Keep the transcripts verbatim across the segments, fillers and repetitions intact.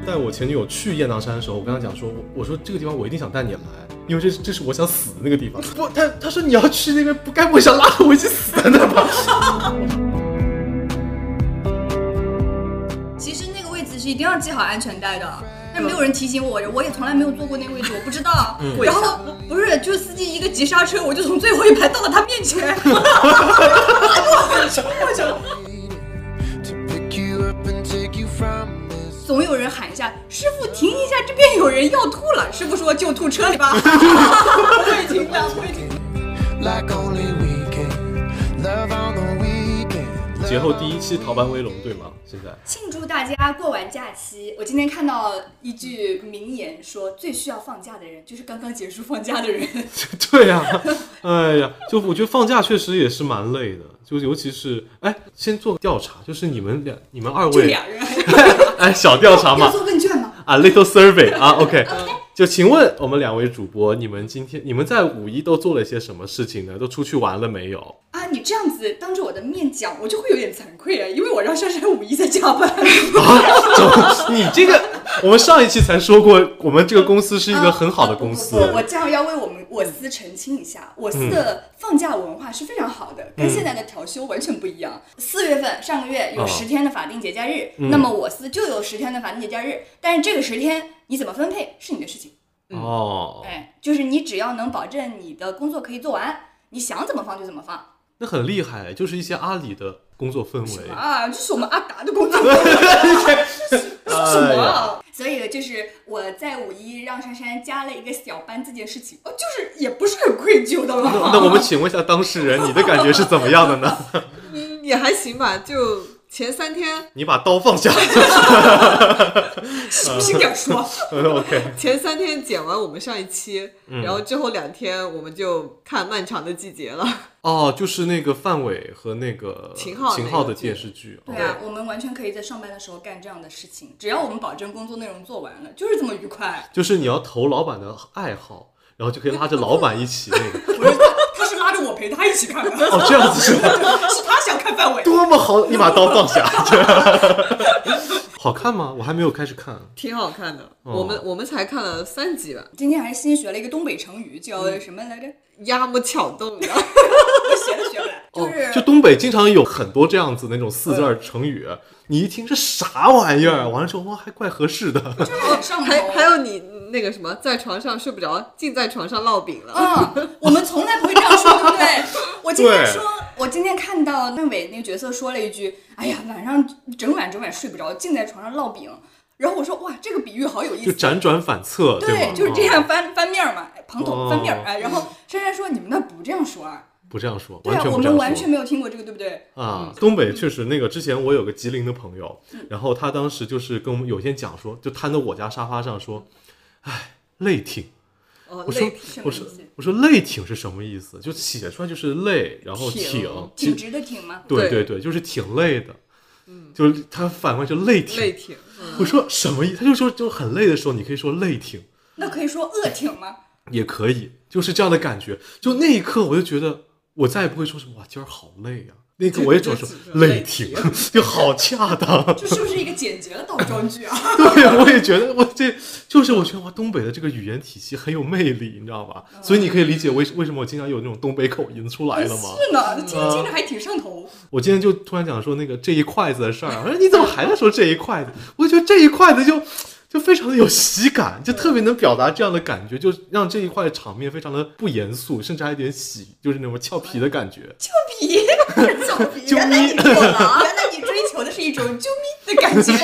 带我前女友去雁荡山的时候，我跟她讲说，我说这个地方我一定想带你来，因为这这是我想死的那个地方。不，她她说你要去那边，不该不会想拉着我一起死在那吧？ 其实那个位置是一定要系好安全带的。但没有人提醒我，我也从来没有坐过那个位置，我不知道。嗯、然后不是，就司机一个急刹车，我就从最后一排到了他面前。总有人喊一下：“师傅，停一下，这边有人要吐了。”师傅说：“就吐车里吧。”不会停的，不会停。 节后第一期逃班威龙，对吗？现在庆祝大家过完假期。我今天看到一句名言说，最需要放假的人就是刚刚结束放假的人。 对呀、啊，哎呀，就我觉得放假确实也是蛮累的，就尤其是哎，先做个调查，就是你们俩、你们二位就俩人， 哎，小调查嘛， 要做问卷吗？ 啊 ，little survey 啊 ，OK。就请问我们两位主播，你们今天你们在五一都做了些什么事情呢？都出去玩了没有？ 啊，你这样子当着我的面讲，我就会有点惭愧啊，因为我让珊珊五一在加班。 啊，你这个，我们上一期才说过，我们这个公司是一个很好的公司。 啊、不不不我这样要为我们我司澄清一下，我司的放假文化是非常好的，嗯、跟现在的调休完全不一样。四月份上个月有十天的法定节假日，嗯、那么我司就有十天的法定节假日，但是这个十天你怎么分配是你的事情。 嗯、哦， 哎，就是你只要能保证你的工作可以做完，你想怎么放就怎么放。 那很厉害，就是一些阿里的工作氛围啊，这是我们阿达的工作氛围。这是什么、啊哎？所以就是我在五一让珊珊加了一个小班这件事情，哦，就是也不是很愧疚的嘛。 那, 那我们请问一下当事人，你的感觉是怎么样的呢？ 嗯，也还行吧，就。前三天你把刀放下， 小心点说。 OK。 前三天剪完我们上一期，嗯、然后之后两天我们就看《漫长的季节》了。 哦，就是那个范伟和那个秦昊秦昊的电视剧。 对啊，我们完全可以在上班的时候干这样的事情，只要我们保证工作内容做完了，就是这么愉快。 就是你要投老板的爱好，然后就可以拉着老板一起那个。 不是，他是拉着我陪他一起看的。 哦，这样子是吧？ 是他想看范伟。 多么好！你把刀放下。好看吗？我还没有开始看。 挺好看的，哦、我们我们才看了三集吧。 今天还新学了一个东北成语，叫什么来着？ 鸭母巧动的。 我学都学不来。就是、 哦、就东北经常有很多这样子那种四字成语，嗯、你一听这啥玩意儿，完了之后还怪合适的。 就是还还有你那个什么，在床上睡不着，竟在床上烙饼了。 嗯，我们从来不会这样说，对不对？我今天说，我今天看到范伟那个角色说了一句：“哎呀，晚上整晚整晚睡不着，竟在床上烙饼。”然后我说：“哇，这个比喻好有意思。” 就辗转反侧， 对， 对吗？ 就是这样翻、哦、翻面嘛，庞统翻面哎。然后珊珊说：“你们那不这样说啊？” 不这样说， 对啊， 完全不这样说。 我们完全没有听过这个，对不对？ 啊，嗯、东北确实那个，之前我有个吉林的朋友，嗯、然后他当时就是跟我们有天讲说，就瘫在我家沙发上说：“哎，累挺。” 哦， 我说我说我说累挺是什么意思？就写出来就是累，然后挺挺直的挺吗？ 对对对，就是挺累的。嗯，就是他反过来就累挺。 累挺。嗯、 我说什么意思？他就说就很累的时候，你可以说累挺。 那可以说饿挺吗？ 也可以，就是这样的感觉。就那一刻，我就觉得我再也不会说什么哇，今儿好累呀、啊。那个我也只说累挺，就好恰当。 这是不是一个简洁的倒装句啊？ 对，我也觉得，我这就是我觉得哇，东北的这个语言体系很有魅力，你知道吧？嗯、所以你可以理解为为什么我经常有那种东北口音出来了吗？ 是呢，听着听着还挺上头。 嗯、我今天就突然讲说那个这一筷子的事儿，我说你怎么还在说这一筷子？我觉得这一筷子就。就非常的有喜感，就特别能表达这样的感觉，就让这一块场面非常的不严肃，甚至还有点喜，就是那种俏皮的感觉。 俏皮，俏皮，原来你错了，原来你追求的是一种啾咪的感觉。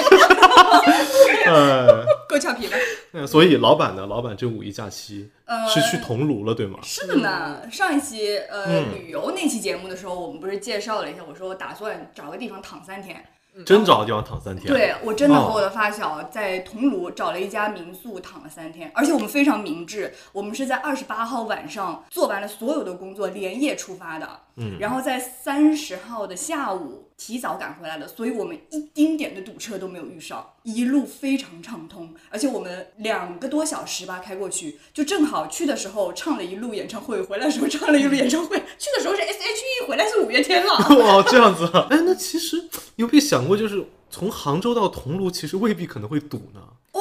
呃，够俏皮的。 嗯，所以老板呢？老板这五一假期是去桐庐了，对吗？ 是的呢。上一期呃、嗯、旅游那期节目的时候，我们不是介绍了一下，我说我打算找个地方躺三天。 真找个地方躺三天？ 对，我真的和我的发小在桐庐找了一家民宿躺了三天，而且我们非常明智，我们是在二十八号晚上做完了所有的工作，连夜出发的，嗯，然后在三十号的下午提早赶回来的，所以我们一丁点的堵车都没有遇上，一路非常畅通，而且我们两个多小时吧开过去，就正好去的时候唱了一路演唱会，回来的时候唱了一路演唱会，去的时候是 S H E， 回来是五月天了。 哦，这样子啊。哎，那其实你有没有想过，就是从杭州到桐庐其实未必可能会堵呢？ 哦，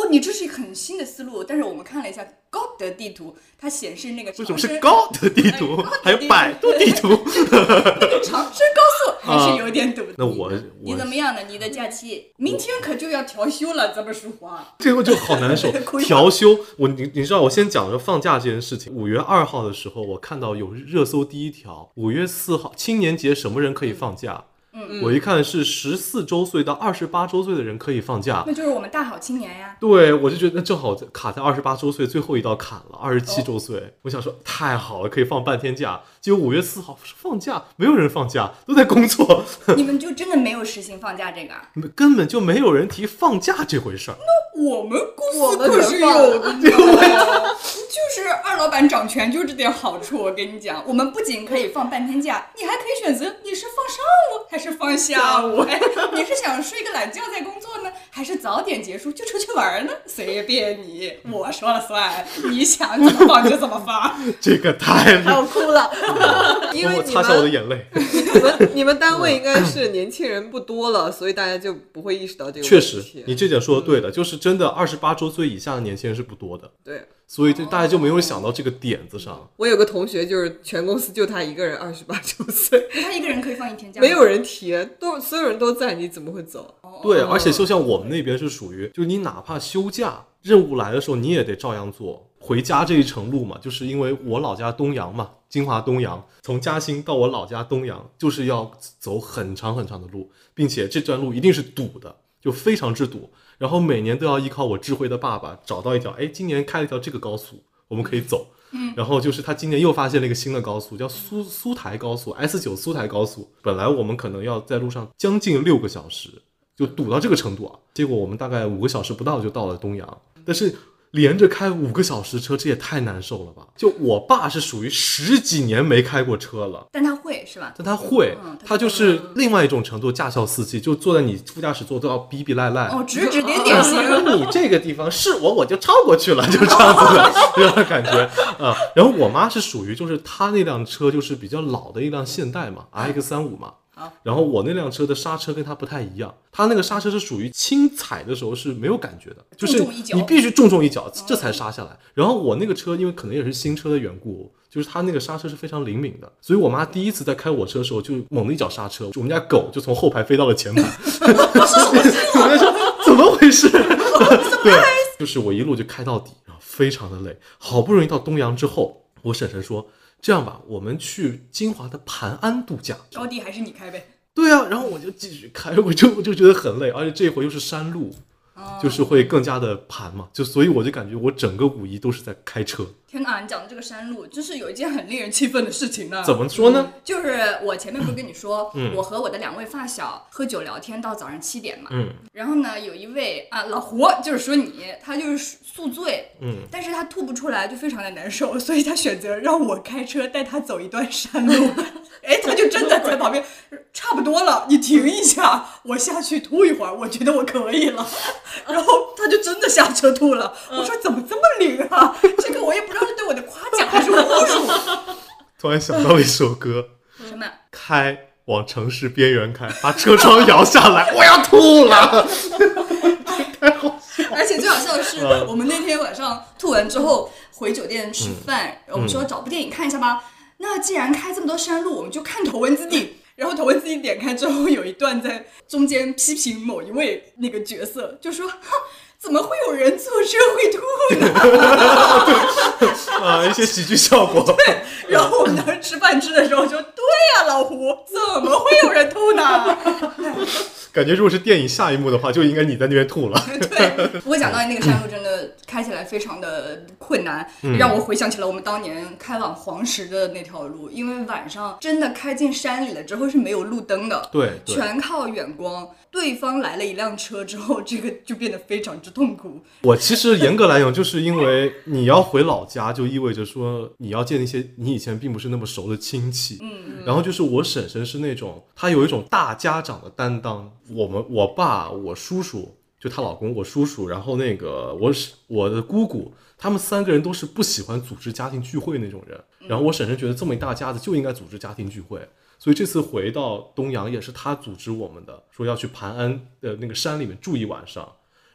你这是一个很新的思路，但是我们看了一下高德地图，它显示那个为什么是高德地图，哎、还有百度地图？ 那个长春高速还是有点堵、啊。 那我你怎么样呢？你的假期明天可就要调休了，这么说话， 这个就好难受。调休，我你你知道，我先讲着放假这件事情。五月二号的时候，我看到有热搜第一条，五月四号青年节什么人可以放假？嗯，我一看是十四周岁到二十八周岁的人可以放假， 那就是我们大好青年呀。 对，我就觉得正好卡在二十八周岁最后一道坎了，二十七周岁、哦。我想说太好了，可以放半天假。结果五月四号放假，没有人放假，都在工作。 你们就真的没有实行放假这个？ 根本就没有人提放假这回事儿。 那我们公司可是有的，就是二老板掌权就这点好处。我跟你讲，我们不仅可以放半天假，你还可以选择你是放上午还是放下午。哎，你是想睡个懒觉再工作呢，还是早点结束就出去玩呢？随便你，我说了算，你想怎么放就怎么放。 这个太还要哭了。因为我擦下我的眼泪。 你们你们单位应该是年轻人不多了，所以大家就不会意识到这个问题。 确实，你这点说的对的，嗯、就是真的二十八周岁以下的年轻人是不多的。 对， 所以就大家就没有想到这个点子上。 我有个同学，就是全公司就他一个人二十八周岁， 他一个人可以放一天假， 没有人提，都所有人都在，你怎么会走？ 对，而且就像我们那边是属于，就是你哪怕休假，任务来的时候你也得照样做。回家这一程路嘛，就是因为我老家东阳嘛，金华东阳，从嘉兴到我老家东阳，就是要走很长很长的路，并且这段路一定是堵的，就非常之堵。然后每年都要依靠我智慧的爸爸找到一条，哎，今年开了一条这个高速，我们可以走。嗯，然后就是他今年又发现了一个新的高速，叫苏苏台高速 S 九 苏台高速。本来我们可能要在路上将近六个小时，就堵到这个程度啊。结果我们大概五个小时不到就到了东阳，但是连着开五个小时车，这也太难受了吧！就我爸是属于十几年没开过车了， 但他会是吧？ 但他会，嗯、他, 他就是另外一种程度驾校司机，就坐在你副驾驶座都要逼逼赖赖， 哦，指指点点型。 你这个地方是我，我就超过去了，就这样子的这样的感觉啊。然后我妈是属于，就是她那辆车就是比较老的一辆现代嘛 ，R X 三十五 嘛。然后我那辆车的刹车跟它不太一样，它那个刹车是属于轻踩的时候是没有感觉的，就是你必须重重一脚这才刹下来。然后我那个车因为可能也是新车的缘故，就是它那个刹车是非常灵敏的，所以我妈第一次在开我车的时候就猛的一脚刹车，我们家狗就从后排飞到了前排。我在说怎么回事？对，就是我一路就开到底，然后非常的累，好不容易到东阳之后，我婶婶说，这样吧，我们去金华的盘安度假。 高地还是你开呗？ 对啊，然后我就继续开，我就我就觉得很累，而且这一回又是山路，哦、就是会更加的盘嘛，就所以我就感觉我整个五一都是在开车。 天哪，你讲的这个山路，就是有一件很令人气愤的事情呢。 怎么说呢？ 嗯、就是我前面不是跟你说， 嗯、 我和我的两位发小喝酒聊天到早上七点嘛。 嗯。 然后呢，有一位啊老胡，就是说你，他就是宿醉， 嗯， 但是他吐不出来，就非常的难受，所以他选择让我开车带他走一段山路。哎，他就真的在旁边，差不多了，你停一下，我下去吐一会儿，我觉得我可以了。然后他就真的下车吐了。我说怎么这么灵啊？这个我也不知道是对我的夸奖还是侮辱。 突然想到了一首歌， 什么？ 开往城市边缘开，把车窗摇下来，我要吐了。太好笑了。 而且最好笑的是，嗯、我们那天晚上吐完之后回酒店吃饭，嗯、我们说找部电影看一下吧。那既然开这么多山路，我们就看头文字 D。然后头文字 D 点开之后，有一段在中间批评某一位那个角色，就说：“怎么会有人坐车会吐呢？” 啊，一些喜剧效果。 对。然后我们当时吃饭吃的时候就：“对呀、啊，老胡，怎么会有人吐呢？” 感觉如果是电影下一幕的话，就应该你在那边吐了。 对，我讲到那个山路真的开起来非常的困难，嗯、让我回想起了我们当年开往黄石的那条路，因为晚上真的开进山里了之后是没有路灯的， 对， 全靠远光。对方来了一辆车之后，这个就变得非常之痛苦。 我其实严格来讲，就是因为你要回老家，就意味着说你要见一些你以前并不是那么熟的亲戚。 嗯， 然后就是我婶婶是那种，她有一种大家长的担当。我们我爸、我叔叔，就她老公，我叔叔，然后那个我我的姑姑，他们三个人都是不喜欢组织家庭聚会那种人。然后我婶婶觉得这么一大家子就应该组织家庭聚会。所以这次回到东阳也是他组织我们的，说要去盘安的那个山里面住一晚上。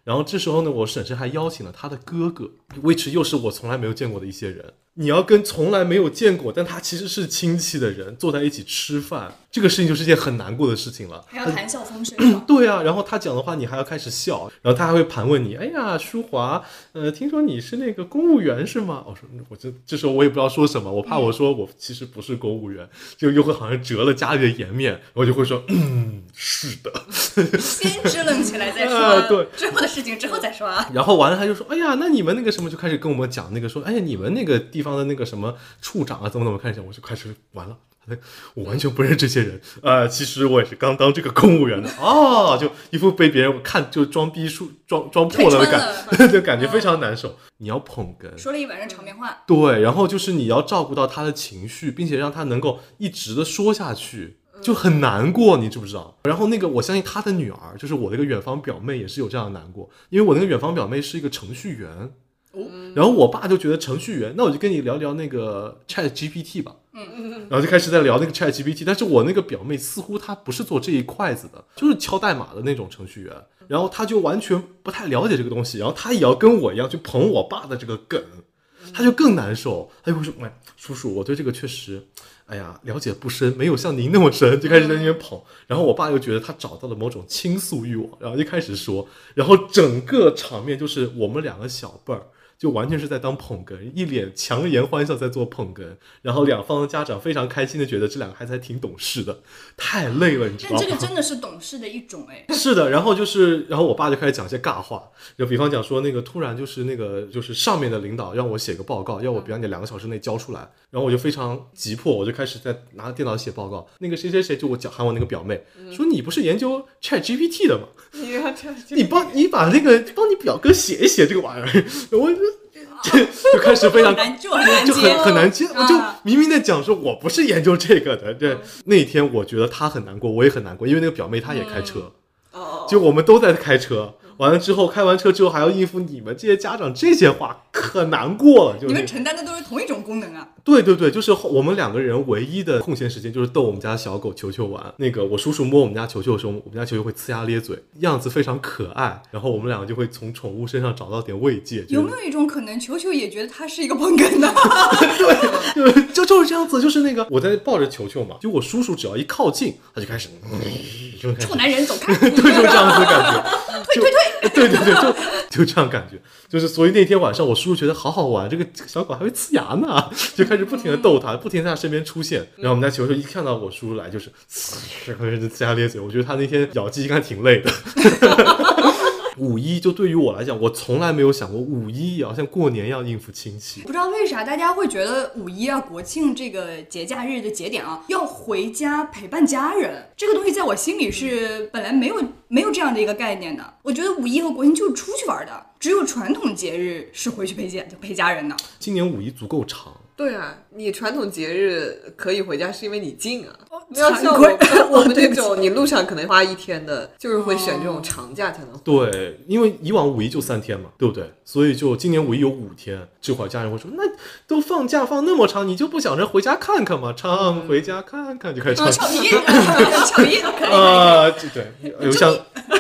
然后这时候呢，我婶婶还邀请了他的哥哥，which 又是我从来没有见过的一些人。你要跟从来没有见过但他其实是亲戚的人坐在一起吃饭，这个事情就是一件很难过的事情了， 还要谈笑风生对啊，然后他讲的话你还要开始笑，然后他还会盘问你，哎呀舒华，呃，听说你是那个公务员是吗？我说我这这时候我也不知道说什么，我怕我说我其实不是公务员，就又会好像折了家里的颜面，我就会说嗯是的， 先支棱起来再说、 呃、对， 之后的事情之后再说啊。 然后完了他就说，哎呀那你们那个什么，就开始跟我们讲那个说，哎呀你们那个地方的那个什么处长啊怎么怎么开始讲，我就开始完了，我完全不认识这些人，呃，其实我也是刚当这个公务员的哦，就一副被别人看就装逼术装装破了的感觉，感觉非常难受、嗯。你要捧哏， 说了一晚上场面话， 对，然后就是你要照顾到他的情绪，并且让他能够一直的说下去，就很难过，你知不知道？然后那个我相信他的女儿，就是我那个远房表妹，也是有这样的难过，因为我那个远房表妹是一个程序员。然后我爸就觉得程序员，那我就跟你聊聊那个 Chat G P T 吧，然后就开始在聊那个 Chat G P T， 但是我那个表妹似乎她不是做这一块子的，就是敲代码的那种程序员，然后她就完全不太了解这个东西，然后她也要跟我一样去捧我爸的这个梗，她就更难受，她就会说，哎，叔叔，我对这个确实，哎呀，了解不深，没有像您那么深，就开始在那边捧，然后我爸又觉得他找到了某种倾诉欲望，然后就开始说，然后整个场面就是我们两个小辈儿。就完全是在当捧哏，一脸强颜欢笑在做捧哏，然后两方的家长非常开心的觉得这两个孩子还挺懂事的，太累了，你知道吗？ 但这个真的是懂事的一种哎。 是的，然后就是，然后我爸就开始讲一些尬话，就比方讲说那个突然就是那个就是上面的领导让我写个报告，要我比方讲两个小时内交出来，然后我就非常急迫，我就开始在拿电脑写报告。那个谁谁谁就我讲喊我那个表妹、嗯、说你不是研究 Chat G P T 的吗？你帮你把那个帮你表哥写一写这个玩意儿，我就就开始非常就很难接， 就很很难接。我就明明在讲说我不是研究这个的。对，那一天我觉得他很难过，我也很难过，因为那个表妹她也开车，嗯、就我们都在开车。完了之后，开完车之后还要应付你们这些家长这些话，可难过了。就是、 你们承担的都是同一种功能啊。 对对对，就是我们两个人唯一的空闲时间就是逗我们家小狗球球玩。那个我叔叔摸我们家球球的时候，我们家球球会呲牙咧嘴，样子非常可爱。然后我们两个就会从宠物身上找到点慰藉。 有没有一种可能，球球也觉得他是一个捧哏的？ 对，就就是这样子。就是那个我在抱着球球嘛，就我叔叔只要一靠近，他就开始，嗯、就开始臭男人走开。 对，就这样子的感觉。 退退退。 对对对，就就这样感觉，就是所以那天晚上我叔叔觉得好好玩，这个小狗还会呲牙呢，就开始不停的逗它，不停在它身边出现。然后我们家球球一看到我叔叔来，就是然后就呲牙咧嘴。我觉得他那天咬鸡应该挺累的。五一就对于我来讲，我从来没有想过五一也要像过年一样应付亲戚。 不知道为啥大家会觉得五一啊、国庆这个节假日的节点啊，要回家陪伴家人。这个东西在我心里是本来没有没有这样的一个概念的。我觉得五一和国庆就是出去玩的，只有传统节日是回去陪家陪家人的。 今年五一足够长。 对啊，你传统节日可以回家是因为你近啊。 哦、 你要像我我们这种你路上可能花一天的，就是会选这种长假才能回。 对，因为以往五一就三天嘛，对不对？所以就今年五一有五天。这会儿家人会说，那都放假放那么长，你就不想着回家看看吗？唱回家看看就开始唱。 俏皮，俏皮，可以啊，对，有像。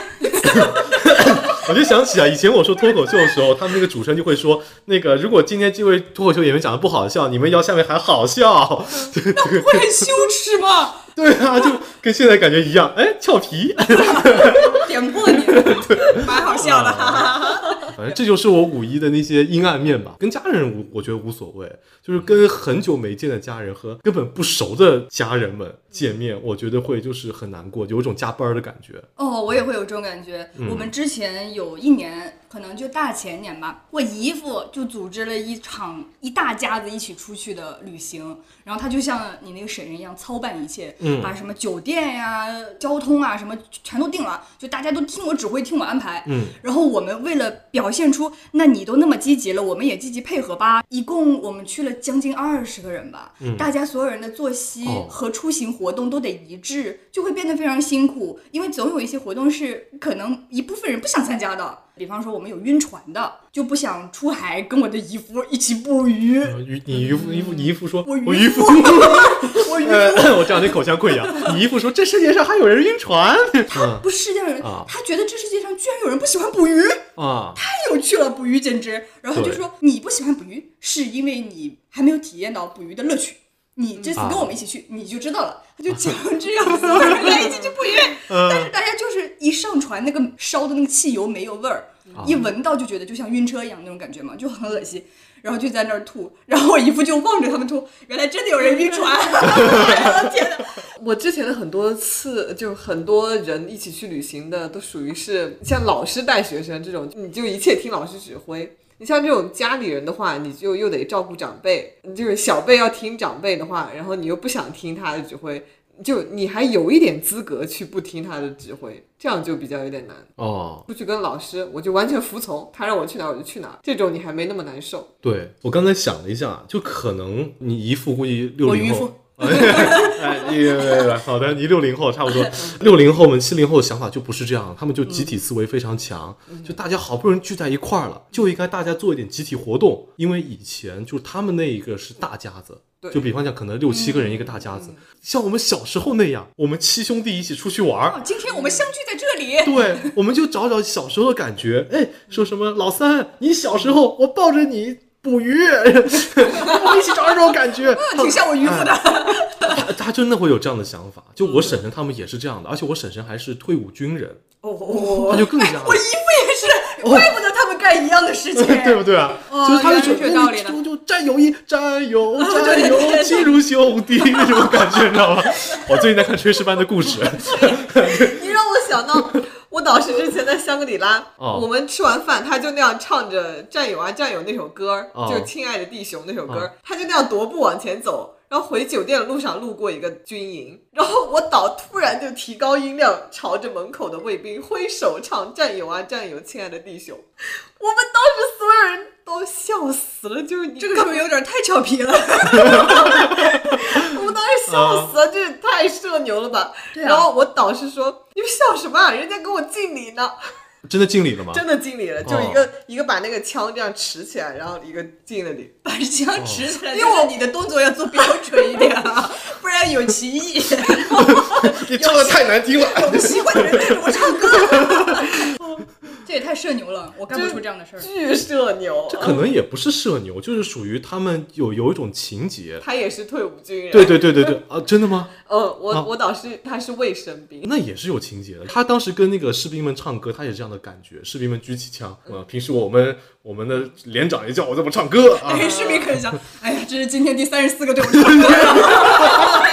我就想起啊，以前我说脱口秀的时候，他们那个主持人就会说，那个如果今天这位脱口秀演员讲的不好笑，你们要下面还好笑， 那不会很羞耻吗？ 对啊，就跟现在感觉一样，哎，俏皮， 点破你，蛮好笑的。啊、 反正这就是我五一的那些阴暗面吧。跟家人我觉得无所谓，就是跟很久没见的家人和根本不熟的家人们见面，我觉得会就是很难过，有一种加班的感觉。 哦，我也会有这种感觉。嗯、我们之前有一年，可能就大前年吧，我姨父就组织了一场一大家子一起出去的旅行，然后他就像你那个婶人一样操办一切，嗯、把什么酒店呀、交通啊什么全都定了，就大家都听我指挥，听我安排。嗯，然后我们为了表现出，那你都那么积极了，我们也积极配合吧。一共我们去了将近二十个人吧，嗯、大家所有人的作息和出行活动都得一致，就会变得非常辛苦，因为总有一些活动是可能一部分人不想参加的。 比方说我们有晕船的，就不想出海跟我的姨父一起捕鱼。 你你姨父姨父你姨父说， 我我姨父， 我晕呃，我这两天口腔溃疡。你姨父说，这世界上还有人晕船？ 他不是世界上有人、 啊， 他觉得这世界上居然有人不喜欢捕鱼啊， 太有趣了，捕鱼简直。然后他就说，你不喜欢捕鱼，是因为你还没有体验到捕鱼的乐趣。你这次跟我们一起去，啊、你就知道了。他就讲这样子，大家一起去捕鱼， 嗯、 但是大家就是一上船，那个烧的那个汽油没有味儿，啊、一闻到就觉得就像晕车一样那种感觉嘛，就很恶心。然后就在那儿吐，然后我姨父就望着他们吐，原来真的有人晕船。天哪！ 我之前的很多次，就很多人一起去旅行的，都属于是像老师带学生这种，你就一切听老师指挥。你像这种家里人的话，你就又得照顾长辈，就是小辈要听长辈的话，然后你又不想听他的指挥，就你还有一点资格去不听他的指挥，这样就比较有点难哦。 出去跟老师，我就完全服从，他让我去哪我就去哪，这种你还没那么难受。 对，我刚才想了一下，就可能你姨父估计六零后。哎，好的，你六零后差不多，六零后们、七零后的想法就不是这样，他们就集体思维非常强，嗯、就大家好不容易聚在一块儿了，就应该大家做一点集体活动，因为以前就他们那一个是大家子，就比方讲可能六七个人一个大家子，嗯、像我们小时候那样，我们七兄弟一起出去玩， 哦、今天我们相聚在这里， 对，我们就找找小时候的感觉，哎，说什么老三，你小时候我抱着你捕鱼，我们一起找这种感觉， 挺像我渔夫的。 他, 他真的会有这样的想法，就我婶婶他们也是这样的，而且我婶婶还是退伍军人， 哦， 他就更加， 我姨父也是，怪不得他们干一样的事情， 对不对啊？ 哦、 就是他就觉得道理的， 就就战友谊，战友，战友，亲如兄弟那种感觉，你知道吗？我最近在看《炊事班的故事》， 你让我想到。我导师之前在香格里拉， 哦、 我们吃完饭，他就那样唱着《战友啊战友》那首歌， 哦、 就《亲爱的弟兄》那首歌， 哦、 他就那样踱步往前走，然后回酒店的路上路过一个军营，然后我导突然就提高音量，朝着门口的卫兵挥手唱《战友啊战友，亲爱的弟兄》，我们当时所有人都笑死了，就是你这个是不是有点太俏皮了？ 我们当时笑死了，这也太社牛了吧！ 对啊、 然后我导师说：“你们笑什么啊？人家给我敬礼呢。” 真的敬礼了吗？ 真的敬礼了，就一个、哦、一个把那个枪这样持起来，然后一个敬了礼。 把枪持起来，因为你的动作要做标准一点啊，不然有歧义。 你唱的太难听了， 有喜欢的人对着我唱歌。这也太社牛了，我干不出这样的事儿。 巨社牛， 这可能也不是社牛，就是属于他们有有一种情节。 他也是退伍军人。 对对对对对啊，真的吗？ 呃，我、 啊、 我导师他是卫生兵， 那也是有情节的。他当时跟那个士兵们唱歌，他也是这样的感觉。士兵们举起枪，呃，平时我们我们的连长也叫我这么唱歌啊。 哎，士兵可能想，哎呀，这是今天第三十四个对我唱歌。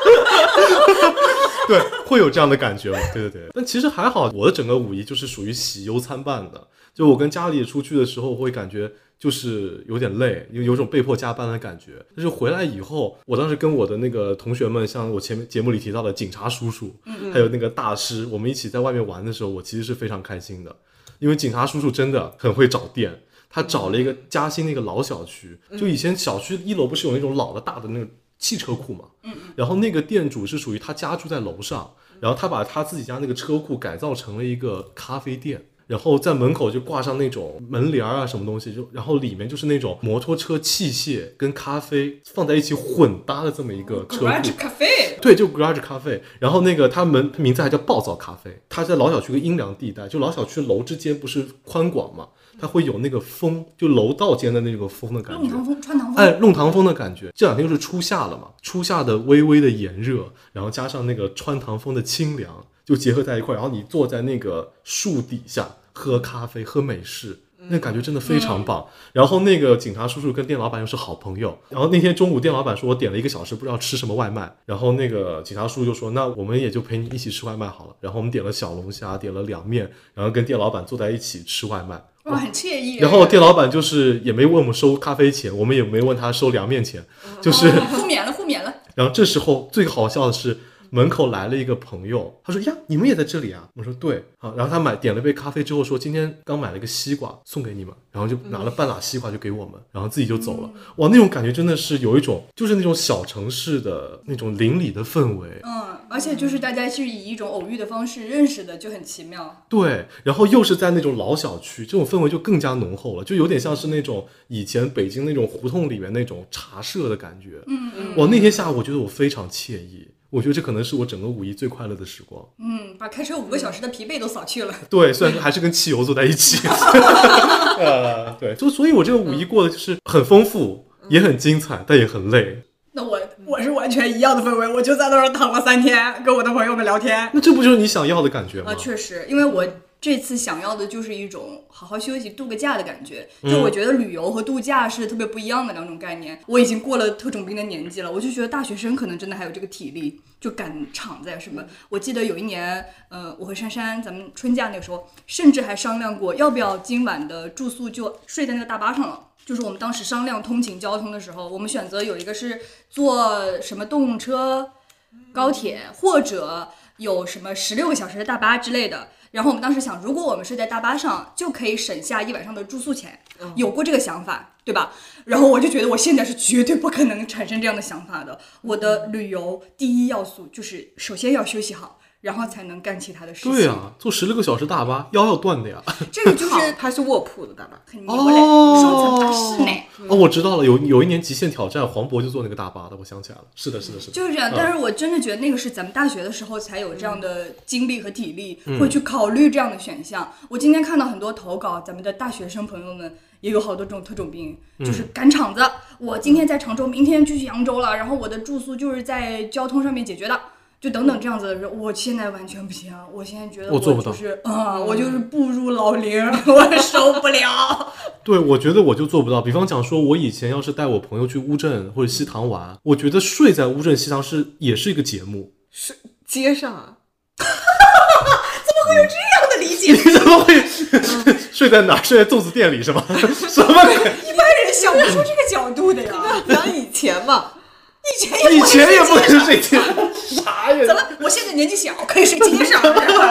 对，会有这样的感觉嘛？对对对，但其实还好，我的整个五一就是属于喜忧参半的。就我跟家里出去的时候，会感觉就是有点累，有有种被迫加班的感觉。但是回来以后，我当时跟我的那个同学们，像我前面节目里提到的警察叔叔，还有那个大师，我们一起在外面玩的时候，我其实是非常开心的，因为警察叔叔真的很会找店。他找了一个嘉兴那个老小区，就以前小区一楼不是有那种老的大的那个汽车库嘛，然后那个店主是属于他家住在楼上，然后他把他自己家那个车库改造成了一个咖啡店，然后在门口就挂上那种门帘啊什么东西，就然后里面就是那种摩托车器械跟咖啡放在一起混搭的这么一个车库。 Garage Cafe， 对，就 Garage Cafe。然后那个他门名字还叫暴躁咖啡，他在老小区的阴凉地带，就老小区楼之间不是宽广嘛，它会有那个风，就楼道间的那个风的感觉， 弄堂风、穿堂风， 哎，弄堂风的感觉。这两天就是初夏了嘛，初夏的微微的炎热，然后加上那个穿堂风的清凉，就结合在一块，然后你坐在那个树底下喝咖啡、喝美式，那感觉真的非常棒。嗯、然后那个警察叔叔跟店老板又是好朋友，然后那天中午店老板说我点了一个小时不知道吃什么外卖，然后那个警察叔叔就说那我们也就陪你一起吃外卖好了。然后我们点了小龙虾，点了凉面，然后跟店老板坐在一起吃外卖。 哇，很惬意。 然后店老板就是也没问我们收咖啡钱，我们也没问他收凉面钱，就是互免了，互免了。 然后这时候最好笑的是， 门口来了一个朋友，他说呀，你们也在这里啊？我说对啊，然后他买点了杯咖啡之后说，今天刚买了一个西瓜送给你们，然后就拿了半拉西瓜就给我们，然后自己就走了。哇，那种感觉真的是有一种，就是那种小城市的那种邻里的氛围。 嗯，而且就是大家是以一种偶遇的方式认识的，就很奇妙。 对，然后又是在那种老小区，这种氛围就更加浓厚了，就有点像是那种以前北京那种胡同里面那种茶社的感觉。 嗯嗯， 哇，那天下午我觉得我非常惬意，我觉得这可能是我整个五一最快乐的时光。 嗯，把开车五个小时的疲惫都扫去了。 对，虽然说还是跟汽油坐在一起。呃，对，就所以我这个五一过得就是很丰富，也很精彩，但也很累。 那我我是完全一样的氛围，我就在那儿躺了三天，跟我的朋友们聊天。 那这不就是你想要的感觉吗？ 啊，确实，因为我这次想要的就是一种好好休息、度个假的感觉。就我觉得旅游和度假是特别不一样的两种概念。我已经过了特种兵的年纪了，我就觉得大学生可能真的还有这个体力，就赶场在什么。我记得有一年，呃，我和珊珊咱们春假那个时候，甚至还商量过要不要今晚的住宿就睡在那个大巴上了。就是我们当时商量通勤交通的时候，我们选择有一个是坐什么动车、高铁，或者有什么十六个小时的大巴之类的。然后我们当时想，如果我们睡在大巴上，就可以省下一晚上的住宿钱，有过这个想法，对吧？然后我就觉得我现在是绝对不可能产生这样的想法的。我的旅游第一要素就是首先要休息好，然后才能干其他的事情。 对啊，坐十六个小时大巴，腰要断的呀。 这个就是它是卧铺的大巴， 很牛嘞，双层巴士呢。 哦，我知道了，有有一年极限挑战，黄渤就坐那个大巴的，我想起来了。是的，是的，是的， 就是这样。 嗯、 但是我真的觉得那个是咱们大学的时候才有这样的精力和体力，嗯、会去考虑这样的选项。我今天看到很多投稿，咱们的大学生朋友们也有好多这种特种兵，就是赶场子。嗯、我今天在常州，明天就去扬州了，然后我的住宿就是在交通上面解决的。就等等这样子的人，我现在完全不行。我现在觉得我就是啊、呃，我就是步入老龄，我受不了。 对，我觉得我就做不到。比方讲说，我以前要是带我朋友去乌镇或者西塘玩，我觉得睡在乌镇西塘是也是一个节目。 是街上啊？ 怎么会有这样的理解？ 你怎么会睡在哪儿？睡在粽子店里是吗？什么？ 一般人想不出这个角度的呀。 讲以前嘛。 以前也以前也不能睡街，啥呀？ 怎么？我现在年纪小，可以睡街上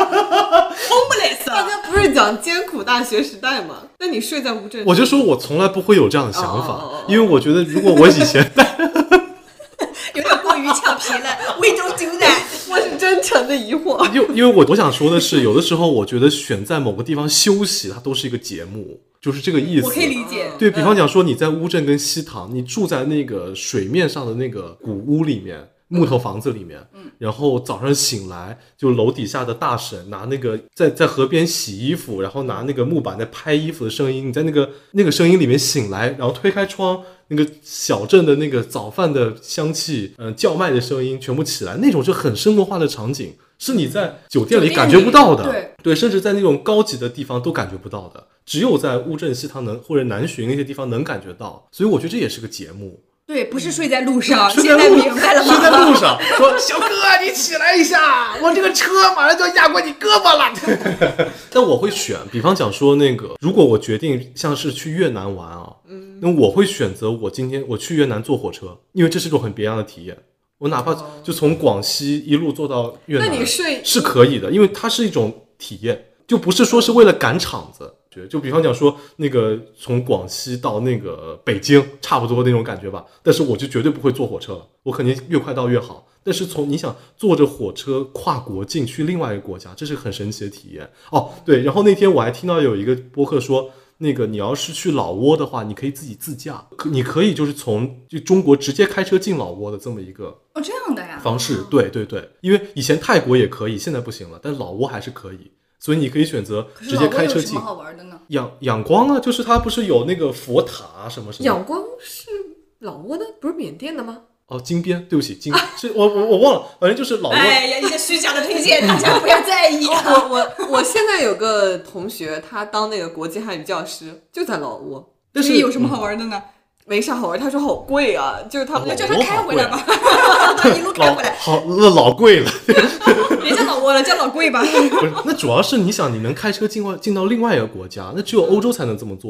？Homeless， 大家不是讲艰苦大学时代吗？那你睡在乌镇， 我就说我从来不会有这样的想法， oh, oh, oh, oh. 因为我觉得如果我以前有点过于俏皮了 ，We don't do that。 我是真诚的疑惑， 因为因为我我想说的是，有的时候我觉得选在某个地方休息，它都是一个节目。就是这个意思， 我可以理解。 对，比方讲说，你在乌镇跟西塘，你住在那个水面上的那个古屋里面，木头房子里面，嗯，然后早上醒来，就楼底下的大婶拿那个在在河边洗衣服，然后拿那个木板在拍衣服的声音，你在那个那个声音里面醒来，然后推开窗，那个小镇的那个早饭的香气，嗯、呃，叫卖的声音全部起来，那种是很生活化的场景。是你在酒店里感觉不到的， 对对，甚至在那种高级的地方都感觉不到的，只有在乌镇西塘能或者南浔那些地方能感觉到，所以我觉得这也是个节目。 对，不是睡在路上， 睡现在明白了吗？ 睡在路上，说小哥你起来一下，我这个车马上就要压过你胳膊了。但我会选，比方讲说那个，如果我决定像是去越南玩啊，嗯，那我会选择我今天我去越南坐火车，因为这是一种很别样的体验。我哪怕就从广西一路坐到越南， 那你睡是可以的，因为它是一种体验，就不是说是为了赶场子。就比方讲说，那个从广西到那个北京，差不多那种感觉吧。但是我就绝对不会坐火车了，我肯定越快到越好。但是从你想坐着火车跨国境去另外一个国家，这是很神奇的体验哦。对，然后那天我还听到有一个播客说，那个你要是去老挝的话，你可以自己自驾，你可以就是从就中国直接开车进老挝的这么一个哦这样的呀方式。对对对，因为以前泰国也可以，现在不行了，但老挝还是可以。所以你可以选择直接开车进。 可是老挝有什么好玩的呢？ 仰仰光啊，就是它不是有那个佛塔什么什么？ 仰光是老挝的，不是缅甸的吗？ 哦，金边，对不起，金是我我我忘了，反正就是老挝。 哎呀，一些虚假的推荐，大家不要在意、啊。 我我我现在有个同学，他当那个国际汉语教师，就在老挝。 但是有什么好玩的呢？ 嗯没啥好玩，他说好贵啊，就是他们就叫他开回来吧，他一路开回来。 好，那老贵了， 别叫老挝了，叫老贵吧。 不是，那主要是你想，你能开车进外进到另外一个国家，那只有欧洲才能这么做呀。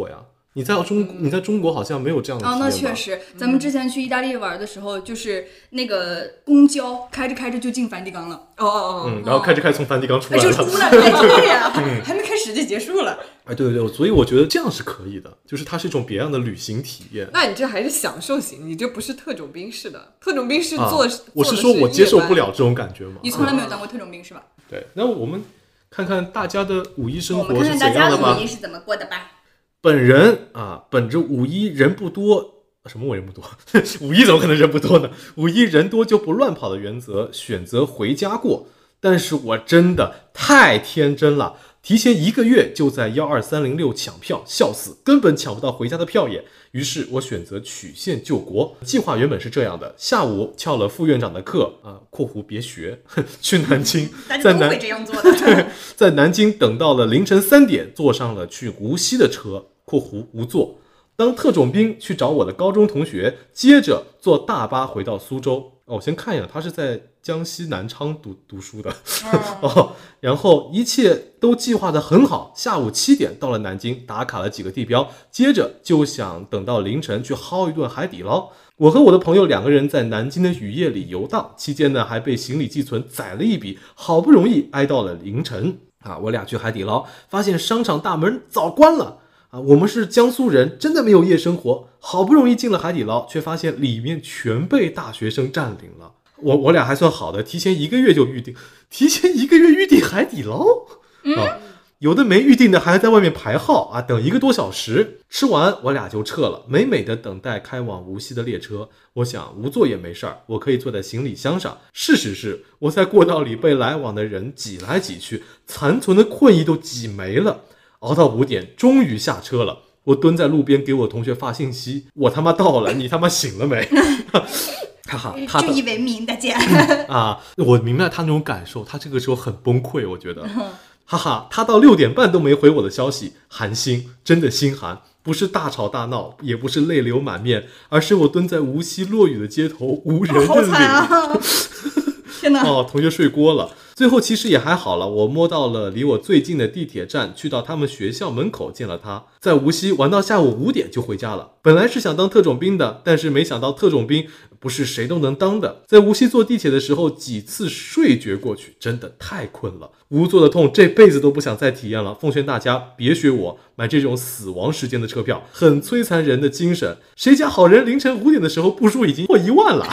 你在中、嗯、你在中国好像没有这样的体验吧？ 哦，那确实，咱们之前去意大利玩的时候，就是那个公交开着开着就进梵蒂冈了。 哦哦哦， 嗯，然后开着开着从梵蒂冈出来了， 就出来了，对呀，还没开始就结束了。 哎，对对对，所以我觉得这样是可以的，就是它是一种别样的旅行体验。 那你这还是享受型，你这不是特种兵式的，特种兵式做、啊、 我是说我接受不了这种感觉嘛。 你从来没有当过特种兵是吧？ 对，那我们看看大家的五一生活是怎样的吧。 我们看看大家的五一是怎么过的吧。 本人啊，本着五一人不多，什么我人不多？五一怎么可能人不多呢？五一人多就不乱跑的原则，选择回家过。但是我真的太天真了，提前一个月就在一二三零六抢票，笑死，根本抢不到回家的票耶。于是我选择曲线救国。计划原本是这样的：下午翘了副院长的课啊（括弧别学），去南京， 在南这样做的对，在南京等到了凌晨三点，坐上了去无锡的车（括弧无座）。当特种兵去找我的高中同学，接着坐大巴回到苏州。哦，我先看一眼，他是在江西南昌读读书的、嗯、哦，然后一切都计划得很好。下午七点到了南京，打卡了几个地标，接着就想等到凌晨去薅一顿海底捞。我和我的朋友两个人在南京的雨夜里游荡，期间呢还被行李寄存宰了一笔，好不容易挨到了凌晨啊！我俩去海底捞，发现商场大门早关了。啊，我们是江苏人，真的没有夜生活。好不容易进了海底捞，却发现里面全被大学生占领了。我我俩还算好的，提前一个月就预定，提前一个月预定海底捞、嗯、啊，有的没预定的还在外面排号啊，等一个多小时。吃完我俩就撤了，美美的等待开往无锡的列车。我想无座也没事儿，我可以坐在行李箱上。事实是我在过道里被来往的人挤来挤去，残存的困意都挤没了。熬到五点，终于下车了。我蹲在路边给我同学发信息：我他妈到了，你他妈醒了没？哈哈，他就以为明的见啊！我明白他那种感受，他这个时候很崩溃，我觉得。哈哈，他到六点半都没回我的消息，寒心，真的心寒。不是大吵大闹，也不是泪流满面，而是我蹲在无锡落雨的街头，无人认领。好惨啊！ 天哪！ 哦，同学睡锅了。最后其实也还好了，我摸到了离我最近的地铁站，去到他们学校门口见了他。在无锡玩到下午五点就回家了。本来是想当特种兵的，但是没想到特种兵不是谁都能当的。在无锡坐地铁的时候，几次睡觉过去，真的太困了，无座的痛这辈子都不想再体验了。奉劝大家别学我买这种死亡时间的车票，很摧残人的精神。谁家好人凌晨五点的时候步数已经破一万了。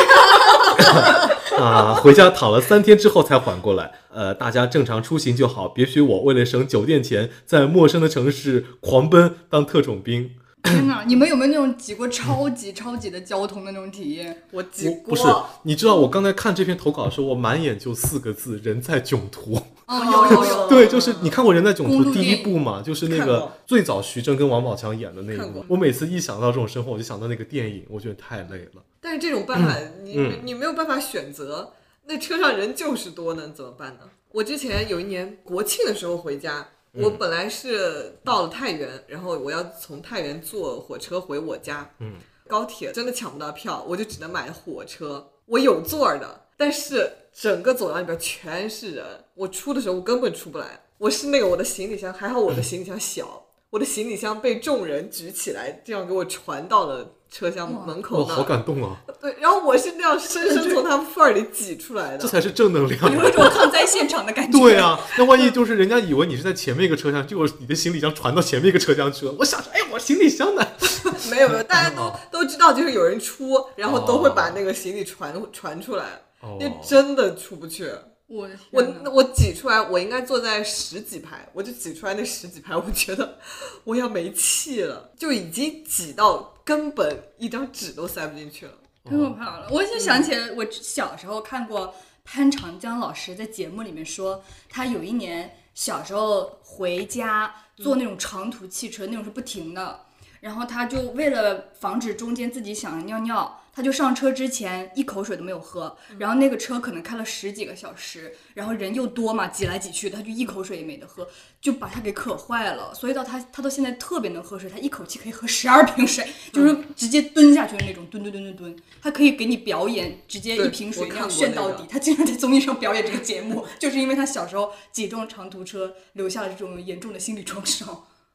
啊，回家躺了三天之后才缓过来。呃，大家正常出行就好，别学我为了省酒店钱，在陌生的城市狂奔当特种兵。 天哪，你们有没有那种挤过超级超级的交通的那种体验？ 我挤过。 不是，你知道我刚才看这篇投稿的时候，我满眼就四个字：人在囧途。 哦，有有有。 对，就是你看过《人在囧途》第一部嘛？就是那个最早徐峥跟王宝强演的那一部。我每次一想到这种生活，我就想到那个电影，我觉得太累了。 但是这种办法， 嗯、 你、嗯、你没有办法选择。那车上人就是多，能怎么办呢？我之前有一年国庆的时候回家，我本来是到了太原，然后我要从太原坐火车回我家。嗯，高铁真的抢不到票，我就只能买火车。我有座的，但是整个走廊里边全是人，我出的时候我根本出不来。我是那个我的行李箱，还好我的行李箱小，我的行李箱被众人举起来，这样给我传到了车厢门口那。 好感动啊！ 对，然后我是那样深深从他们缝儿里挤出来的， 这才是正能量。 有一种抗灾现场的感觉。 对啊，那万一就是人家以为你是在前面一个车厢，结果你的行李箱传到前面一个车厢去了，我想说，哎，我行李箱呢？ 没有没有，大家都都知道，就是有人出，然后都会把那个行李传传出来，因为真的出不去。 我我我挤出来，我应该坐在十几排，我就挤出来那十几排，我觉得我要没气了，就已经挤到根本一张纸都塞不进去了， 太可怕了。我就想起来，我小时候看过潘长江老师在节目里面说，他有一年小时候回家坐那种长途汽车，那种是不停的，然后他就为了防止中间自己想尿尿，他就上车之前一口水都没有喝，然后那个车可能开了十几个小时，然后人又多嘛，挤来挤去，他就一口水也没得喝，就把他给渴坏了。所以到他他到现在特别能喝水，他一口气可以喝十二瓶水，就是直接蹲下去的那种，蹲蹲蹲蹲蹲。他可以给你表演，直接一瓶水那样炫到底。他经常在综艺上表演这个节目，就是因为他小时候挤中长途车留下了这种严重的心理创伤。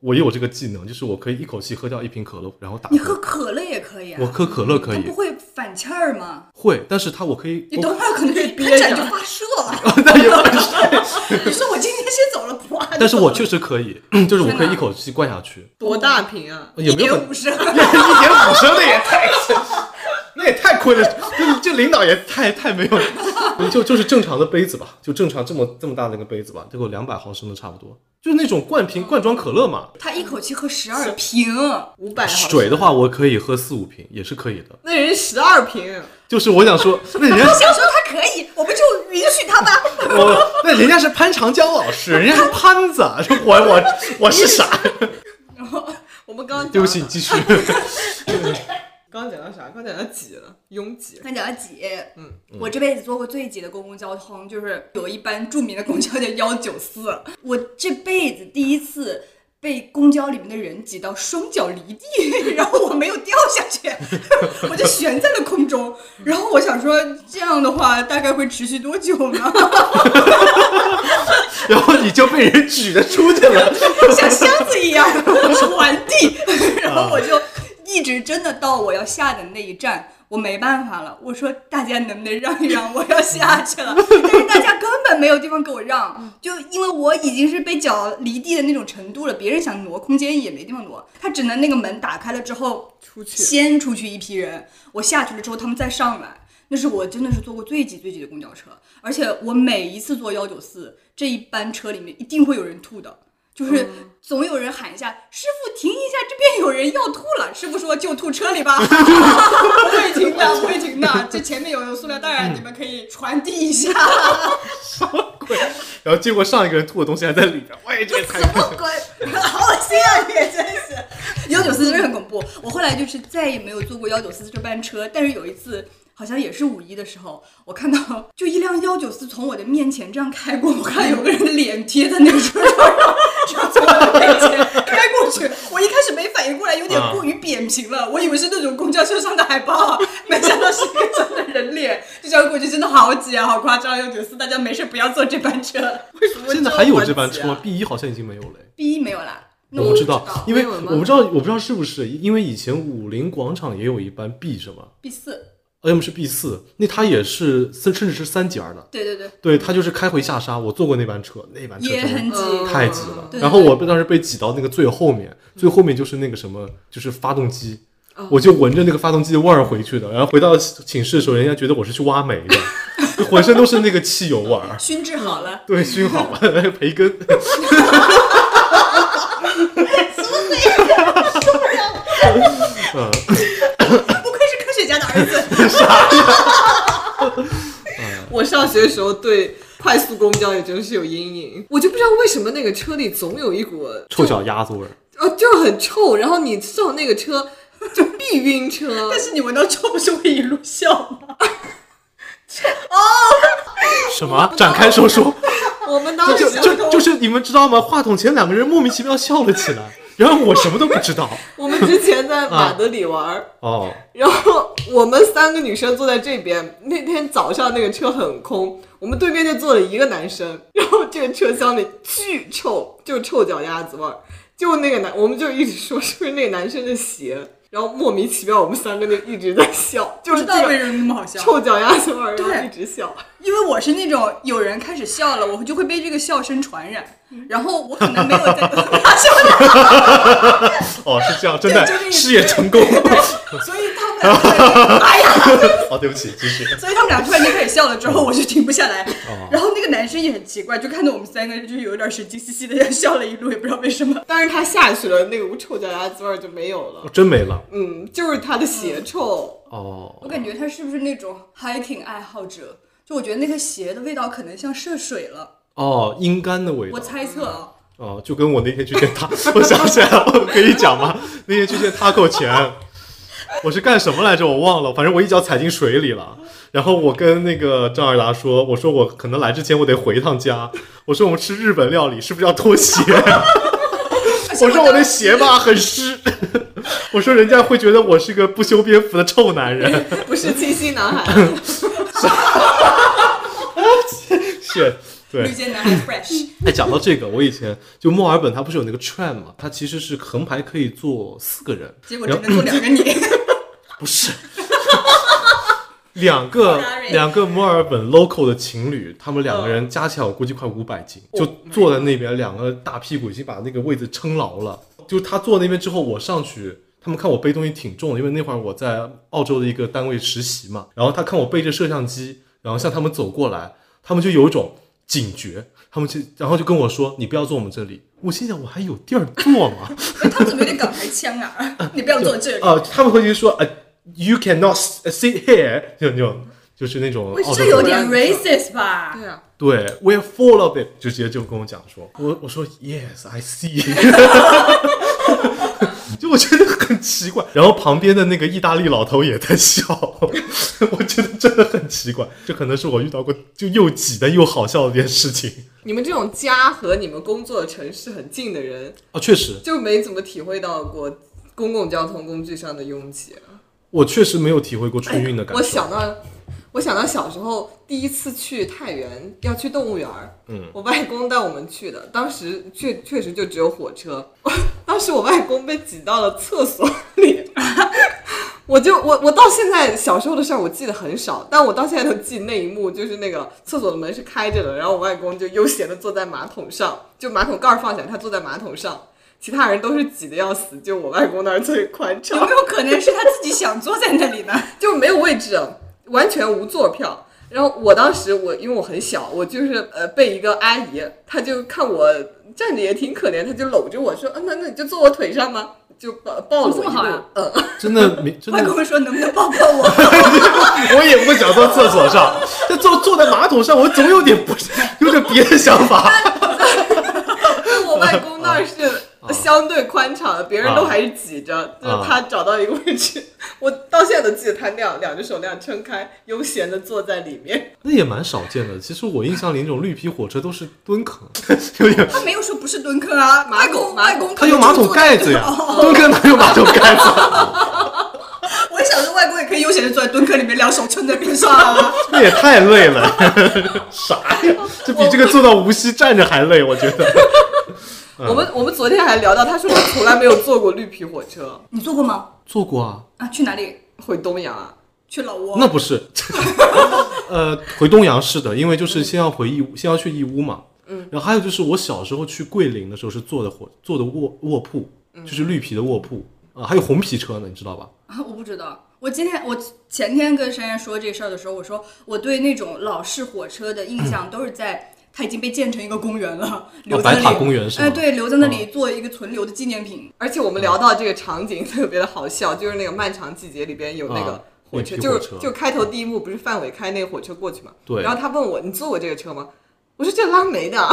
我有这个技能，就是我可以一口气喝掉一瓶可乐，然后打。 你喝可乐也可以啊？ 我喝可乐可以。 它不会反气儿吗？ 会，但是它我可以。 你等会儿可能是憋它展就发射了。 那也不是。 你说我今天先走了，不啊？ 但是我确实可以，就是我可以一口气灌下去。 多大瓶啊？ 也没有一点五升。 一点五升的也太。那也太亏了，这这领导也太太没有，就就是正常的杯子吧，就正常这么这么大的一个杯子吧，这个两百毫升的差不多，就是那种灌瓶罐装可乐嘛。 他一口气喝十二瓶， 五百毫升。 水的话，我可以喝四五瓶，也是可以的。 那人十二瓶， 就是我想说，那人家我想说他可以，我们就允许他吧。 我那人家是潘长江老师，人家是潘子，我我我是啥？ 然后我们刚刚对不起，你继续。 刚刚讲到啥？刚刚讲到挤了，拥挤。 刚讲到挤， 嗯， 我这辈子坐过最挤的公共交通，就是有一班著名的公交叫幺九四。我这辈子第一次被公交里面的人挤到双脚离地，然后我没有掉下去，我就悬在了空中。然后我想说，这样的话大概会持续多久呢？ 然后你就被人举着出去了， 像箱子一样传递，然后我就。一直真的到我要下的那一站，我没办法了。我说大家能不能让一让，我要下去了。但是大家根本没有地方给我让，就因为我已经是被脚离地的那种程度了，别人想挪空间也没地方挪，他只能那个门打开了之后出去， 先出去一批人，我下去了之后他们再上来。那是我真的是坐过最挤最挤的公交车，而且我每一次坐幺九四这一班车里面一定会有人吐的。就是总有人喊一下、嗯、师傅停一下，这边有人要吐了。师傅说就吐车里吧。不会停的，不会停的，这前面有塑料袋啊、嗯、你们可以传递一下。 什么鬼？然后结果上一个人吐的东西还在里边，喂，这也太什么鬼？好恶心啊！你真是幺九四真的很恐怖。我后来就是再也没有坐过幺九四这班车，但是有一次好像也是五一的时候，我看到就一辆幺九四从我的面前这样开过，我看有个人的脸贴在那个车上，这样从我的面前开过去。我一开始没反应过来，有点过于扁平了，我以为是那种公交车上的海报，没想到是一个真的人脸，就这样过去，真的好挤啊，好夸张！幺九四，大家没事不要坐这班车。 为什么现在还有这班车吗 ？B 一好像已经没有了。 B 一没有啦。 我不知道，因为我不知道，我不知道是不是，因为以前武林广场也有一班 B 什么 B 四。 要么是 B 四，那它也是甚至是三节的。 对对对， 对，它就是开回下沙。我坐过那班车，那班车也很挤， 太挤了。 嗯、 然后我当时被挤到那个最后面，最后面就是那个什么，就是发动机，嗯、我就闻着那个发动机的味儿回去的。然后回到寝室的时候，人家觉得我是去挖煤的，浑身都是那个汽油味儿。 熏制好了， 对，熏好了，培根。 嗯，不愧是科学家的儿子。 啥呀？ 我上学的时候对快速公交也真是有阴影，我就不知道为什么那个车里总有一股臭脚丫子味儿， 哦，就很臭。然后你上那个车就必晕车。 但是你闻到臭不是会一路笑吗？ 哦， 什么？展开说说。 我们当时就就就是你们知道吗？话筒前两个人莫名其妙笑了起来。然后我什么都不知道。 我们之前在马德里玩、啊、 哦， 然后我们三个女生坐在这边。那天早上那个车很空，我们对面就坐了一个男生，然后这个车厢里巨臭，就臭脚丫子味儿。就那个男，我们就一直说是不是那个男生的鞋，然后莫名其妙我们三个就一直在笑，就是这个为什么那么好笑， 臭脚丫子味儿，然后一直笑。 因为我是那种有人开始笑了，我就会被这个笑声传染，然后我可能没有在发笑的。 哦，是这样，真的事业成功。 所以他们俩突然，哎呀， 哦，对不起，继续。 所以他们俩突然间开始笑了之后，我就停不下来。哦、然后那个男生也很奇怪，就看到我们三个就是有点神经兮兮的，笑了一路，也不知道为什么。 但是他下去了，那股臭脚丫子味就没有了、 哦，真没了。 嗯，就是他的鞋臭。 嗯、哦， 我感觉他是不是那种 hiking 爱好者？就我觉得那个鞋的味道可能像涉水了。 哦，阴干的味道。 我猜测啊。 哦，就跟我那天去见他，我想起来了，我可以讲吗？那天去见Taco前，我是干什么来着？我忘了，反正我一脚踩进水里了。然后我跟那个张尔达说，我说我可能来之前我得回一趟家，我说我们吃日本料理是不是要脱鞋？我说我的鞋吧很湿，我说人家会觉得我是个不修边幅的臭男人， 不是清新男孩。 是， 对， 绿箭男孩 fresh。 哎，讲到这个，我以前就墨尔本，它不是有那个 tram 嘛？它其实是横排可以坐四个人， 结果只能坐两个你。 不是。两个两个墨尔本 local 的情侣，他们两个人加起来我估计快五百斤，就坐在那边，两个大屁股已经把那个位置撑牢了。就他坐那边之后，我上去，他们看我背东西挺重的，因为那会儿我在澳洲的一个单位实习嘛。然后他看我背着摄像机，然后向他们走过来，他们就有一种警觉，他们就然后就跟我说：“你不要坐我们这里。”我心想，我还有地儿坐吗？ 他们怎么有点港台腔啊？你不要坐这里。 啊、呃，他们会就说：“呃。You cannot sit here， 就那种，就是那种， 这有点 racist 吧？ 对啊， 对 ，We're full of it， 就直接就跟我讲说，我我说 Yes I see， 就我觉得很奇怪，然后旁边的那个意大利老头也在笑，我觉得真的很奇怪，这可能是我遇到过就又挤的又好笑的一件事情。 你们这种家和你们工作的城市很近的人， 啊，确实就没怎么体会到过公共交通工具上的拥挤。 我确实没有体会过春运的感受。 我想到，我想到小时候第一次去太原，要去动物园，嗯，我外公带我们去的，当时确确实就只有火车，当时我外公被挤到了厕所里，我就我我到现在小时候的事儿我记得很少，但我到现在都记那一幕，就是那个厕所的门是开着的，然后我外公就悠闲的坐在马桶上，就马桶盖放下，他坐在马桶上。其他人都是挤得要死，就我外公那儿最宽敞。 有没有可能是他自己想坐在那里呢？ 就没有位置，完全无座票。然后我当时我因为我很小，我就是呃被一个阿姨，她就看我站着也挺可怜，她就搂着我说：“啊，那那你就坐我腿上吗？”就抱抱了我一路。嗯， 真的没真的。 外公说能不能抱抱我？ 我也不想坐厕所上，就坐坐在马桶上，我总有点不有点别的想法。 我外公那儿是。相对宽敞的，别人都还是挤着，啊、就是他找到一个位置，啊、我到现在都记得他那样两只手那样撑开，悠闲的坐在里面。 那也蛮少见的。其实我印象里那种绿皮火车都是蹲坑，有点。 他没有说不是蹲坑啊，外公外公他有马桶盖子呀，蹲坑哪有马桶盖子？ 我想说外公也可以悠闲的坐在蹲坑里面，两手撑在边上啊。 那也太累了，啥呀？这比这个坐到无锡站着还累，我觉得。 我们我们昨天还聊到，他说他从来没有坐过绿皮火车。 你坐过吗？ 坐过啊。 啊，去哪里？ 回东阳啊？ 去老挝？ 那不是。呃，回东阳是的，因为就是先要回义乌，嗯、先要去义乌嘛。嗯。然后还有就是我小时候去桂林的时候是坐的火坐的卧卧铺，就是绿皮的卧铺啊、呃，还有红皮车呢，你知道吧？ 啊，我不知道。我今天我前天跟珊珊说这事儿的时候，我说我对那种老式火车的印象都是在。它已经被建成一个公园了，留在那里。 白塔公园是吗？ 哎，对，留在那里做一个存留的纪念品。 而且我们聊到这个场景特别的好笑，就是那个《漫长季节》里边有那个火车，啊、就是就开头第一幕不是范伟开那个火车过去嘛？ 对。 然后他问我：“你坐过这个车吗？”我说：“这拉煤的。”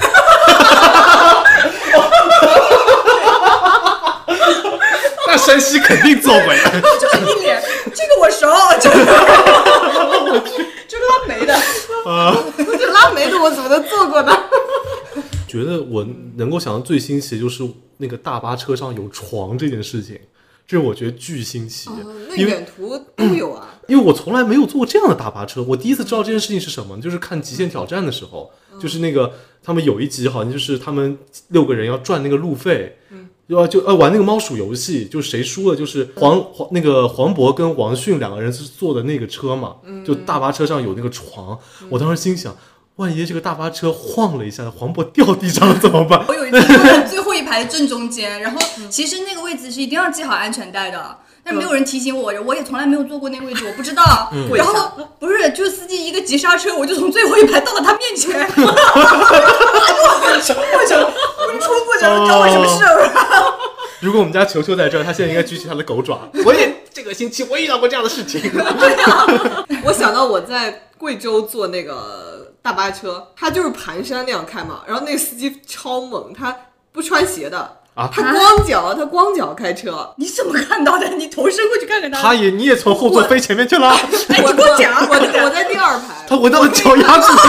那山西肯定坐过呀。 就是一脸这个我熟，这个我去，这拉煤的啊， 这拉煤的我怎么能坐过呢？ 觉得我能够想到最新奇的就是那个大巴车上有床这件事情，这是我觉得巨新奇。 哦、那远途都有啊。 因为我从来没有坐过这样的大巴车，我第一次知道这件事情是什么，就是看《极限挑战》的时候，嗯、就是那个他们有一集好像就是他们六个人要赚那个路费。嗯。就就呃玩那个猫鼠游戏，就谁输了就是黄黄那个黄渤跟王迅两个人是坐的那个车嘛，就大巴车上有那个床，嗯、我当时心想，万一这个大巴车晃了一下，黄渤掉地上了怎么办？ 我有一次坐在最后一排正中间，然后其实那个位置是一定要系好安全带的。但没有人提醒我，我也从来没有坐过那个位置，我不知道。嗯、然后不是，就是司机一个急刹车，我就从最后一排到了他面前。我冲过去了，我冲过去了，找我什么事儿？ 如果我们家球球在这儿，他现在应该举起他的狗爪。我也这个星期我遇到过这样的事情。 我想到我在贵州坐那个大巴车，他就是盘山那样开嘛，然后那个司机超猛，他不穿鞋的。啊、他光脚，他光脚开车， 你怎么看到的？你头伸过去看看他。 他也，你也从后座飞前面去了。 哎，你给我讲， 我我在第二排。 他闻到了脚丫子的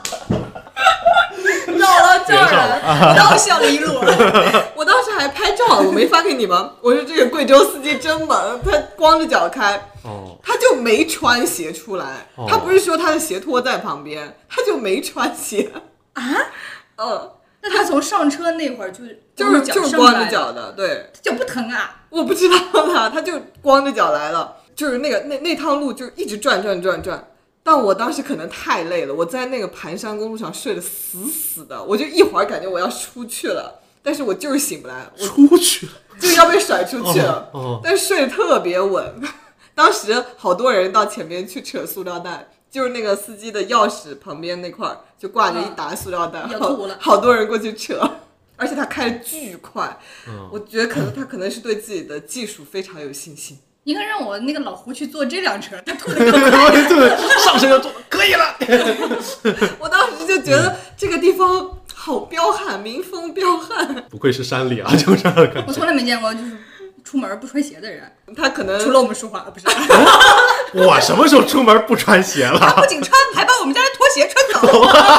绕到这儿了， 绕笑了一路。 我当时还拍照好了，我没发给你吗？我说这个贵州司机真猛，他光着脚开， 哦， 他就没穿鞋出来， 哦他不是说他的鞋拖在旁边，他就没穿鞋啊， 嗯， 那他从上车那会儿就就是脚就是光上来了， 着脚的，对， 他脚不疼啊？ 我不知道呢，他就光着脚来了，就是那个那那趟路就一直转转转转。但我当时可能太累了，我在那个盘山公路上睡得死死的，我就一会儿感觉我要出去了，但是我就是醒不来，我出去了， 就要被甩出去了， 哦哦、 但是睡得特别稳。当时好多人到前面去扯塑料袋，就是那个司机的钥匙旁边那块就挂着一沓塑料袋， 嗯、 好, 好多人过去扯，而且他开得巨快、 嗯， 我觉得可能他可能是对自己的技术非常有信心。 应该让我那个老胡去坐这辆车，他吐的更快。 对，上车就坐，可以了。 我当时就觉得这个地方好彪悍，民风彪悍。 不愧是山里啊，就这样的感觉。 我从来没见过就是出门不穿鞋的人。 他可能除了我们舒华，不是。 我什么时候出门不穿鞋了？ 他不仅穿，还把我们家的拖鞋穿走。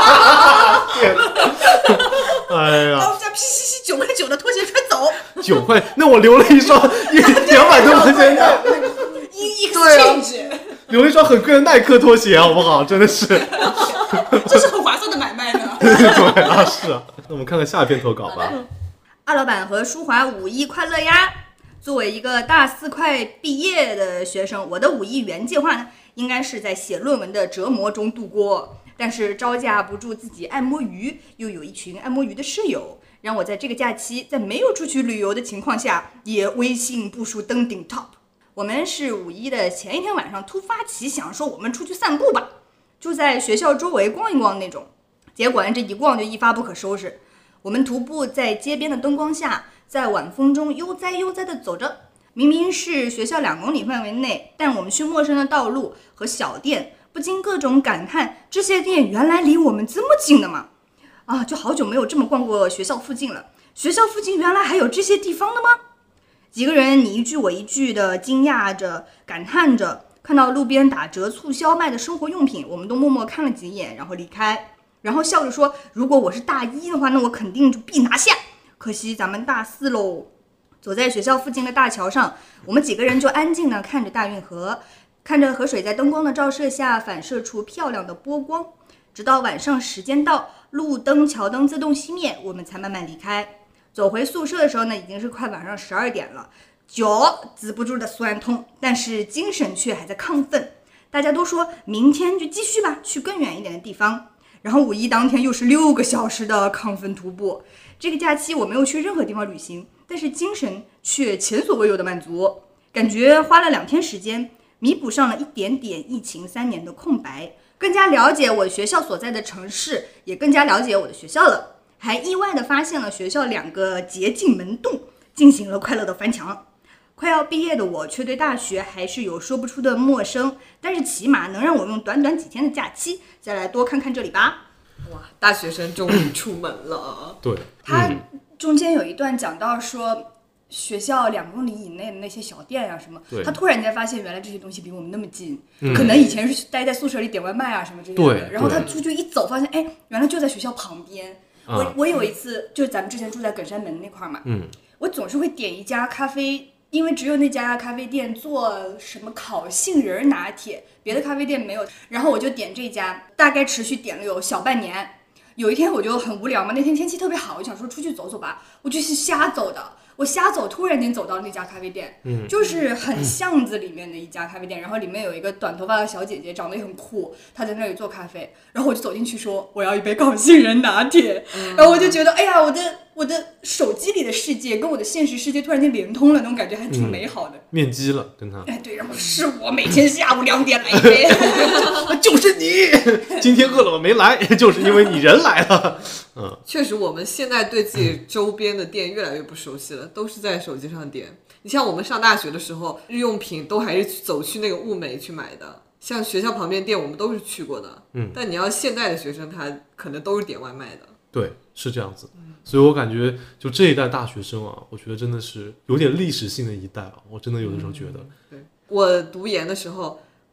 哎呀！ 把我们家 P C C 九块九的拖鞋穿走。 九块？那我留了一双一两百多块钱的一 exchange，、啊、 留了一双很贵的耐克拖鞋，好不好？真的是， 这是很划算的买卖呢。 对啊，是啊。那我们看看下一篇投稿吧。 二老板和舒华五一快乐呀！作为一个大四快毕业的学生，我的五一原计划呢，应该是在写论文的折磨中度过。但是招架不住自己爱摸鱼，又有一群爱摸鱼的室友，让我在这个假期在没有出去旅游的情况下，也微信步数登顶 top。我们是五一的前一天晚上突发奇想，说我们出去散步吧，就在学校周围逛一逛那种。结果这一逛就一发不可收拾。我们徒步在街边的灯光下，在晚风中悠哉悠哉地走着。明明是学校两公里范围内，但我们去陌生的道路和小店，不禁各种感叹，这些店原来离我们这么近的吗？啊，就好久没有这么逛过学校附近了。学校附近原来还有这些地方的吗？几个人你一句我一句的惊讶着，感叹着。看到路边打折促销卖的生活用品，我们都默默看了几眼，然后离开。然后笑着说，如果我是大一的话，那我肯定就必拿下。可惜咱们大四喽。走在学校附近的大桥上，我们几个人就安静地看着大运河，看着河水在灯光的照射下反射出漂亮的波光。直到晚上时间到，路灯桥灯自动熄灭，我们才慢慢离开。走回宿舍的时候呢，已经是快晚上十二点了，脚止不住的酸痛，但是精神却还在亢奋。大家都说明天就继续吧，去更远一点的地方。然后五一当天又是六个小时的亢奋徒步。这个假期我没有去任何地方旅行，但是精神却前所未有的满足，感觉花了两天时间弥补上了一点点疫情三年的空白，更加了解我学校所在的城市，也更加了解我的学校了，还意外的发现了学校两个捷径门洞，进行了快乐的翻墙。快要毕业的我却对大学还是有说不出的陌生，但是起码能让我用短短几天的假期再来多看看这里吧。 哇，大学生终于出门了。 对， 他中间有一段讲到说学校两公里以内的那些小店啊什么，他突然间发现原来这些东西离我们那么近、嗯、可能以前是待在宿舍里点外卖啊什么之类的，然后他出去一走发现哎，原来就在学校旁边、嗯、我我有一次就是咱们之前住在耿山门那块嘛，嗯，我总是会点一家咖啡，因为只有那家咖啡店做什么烤杏仁拿铁，别的咖啡店没有，然后我就点这家，大概持续点了有小半年。有一天我就很无聊嘛，那天天气特别好，我想说出去走走吧，我就是瞎走的，我瞎走突然间走到那家咖啡店、嗯、就是很巷子里面的一家咖啡店、嗯、然后里面有一个短头发的小姐姐，长得也很酷，她在那里做咖啡，然后我就走进去说我要一杯烤杏仁拿铁、嗯、然后我就觉得哎呀，我的我的手机里的世界跟我的现实世界突然间连通了，那种感觉还挺美好的、嗯、 面基了跟他， 哎对，然后是我每天下午两点来一杯就是你今天饿了我没来，就是因为你人来了。嗯， 确实我们现在对自己周边的店越来越不熟悉了，都是在手机上点。你像我们上大学的时候，日用品都还是走去那个物美去买的，像学校旁边店我们都是去过的，嗯，但你要现在的学生他可能都是点外卖的。 对，是这样子。所以我感觉就这一代大学生啊，我觉得真的是有点历史性的一代啊，我真的有的时候觉得、 嗯、对，我读研的时候，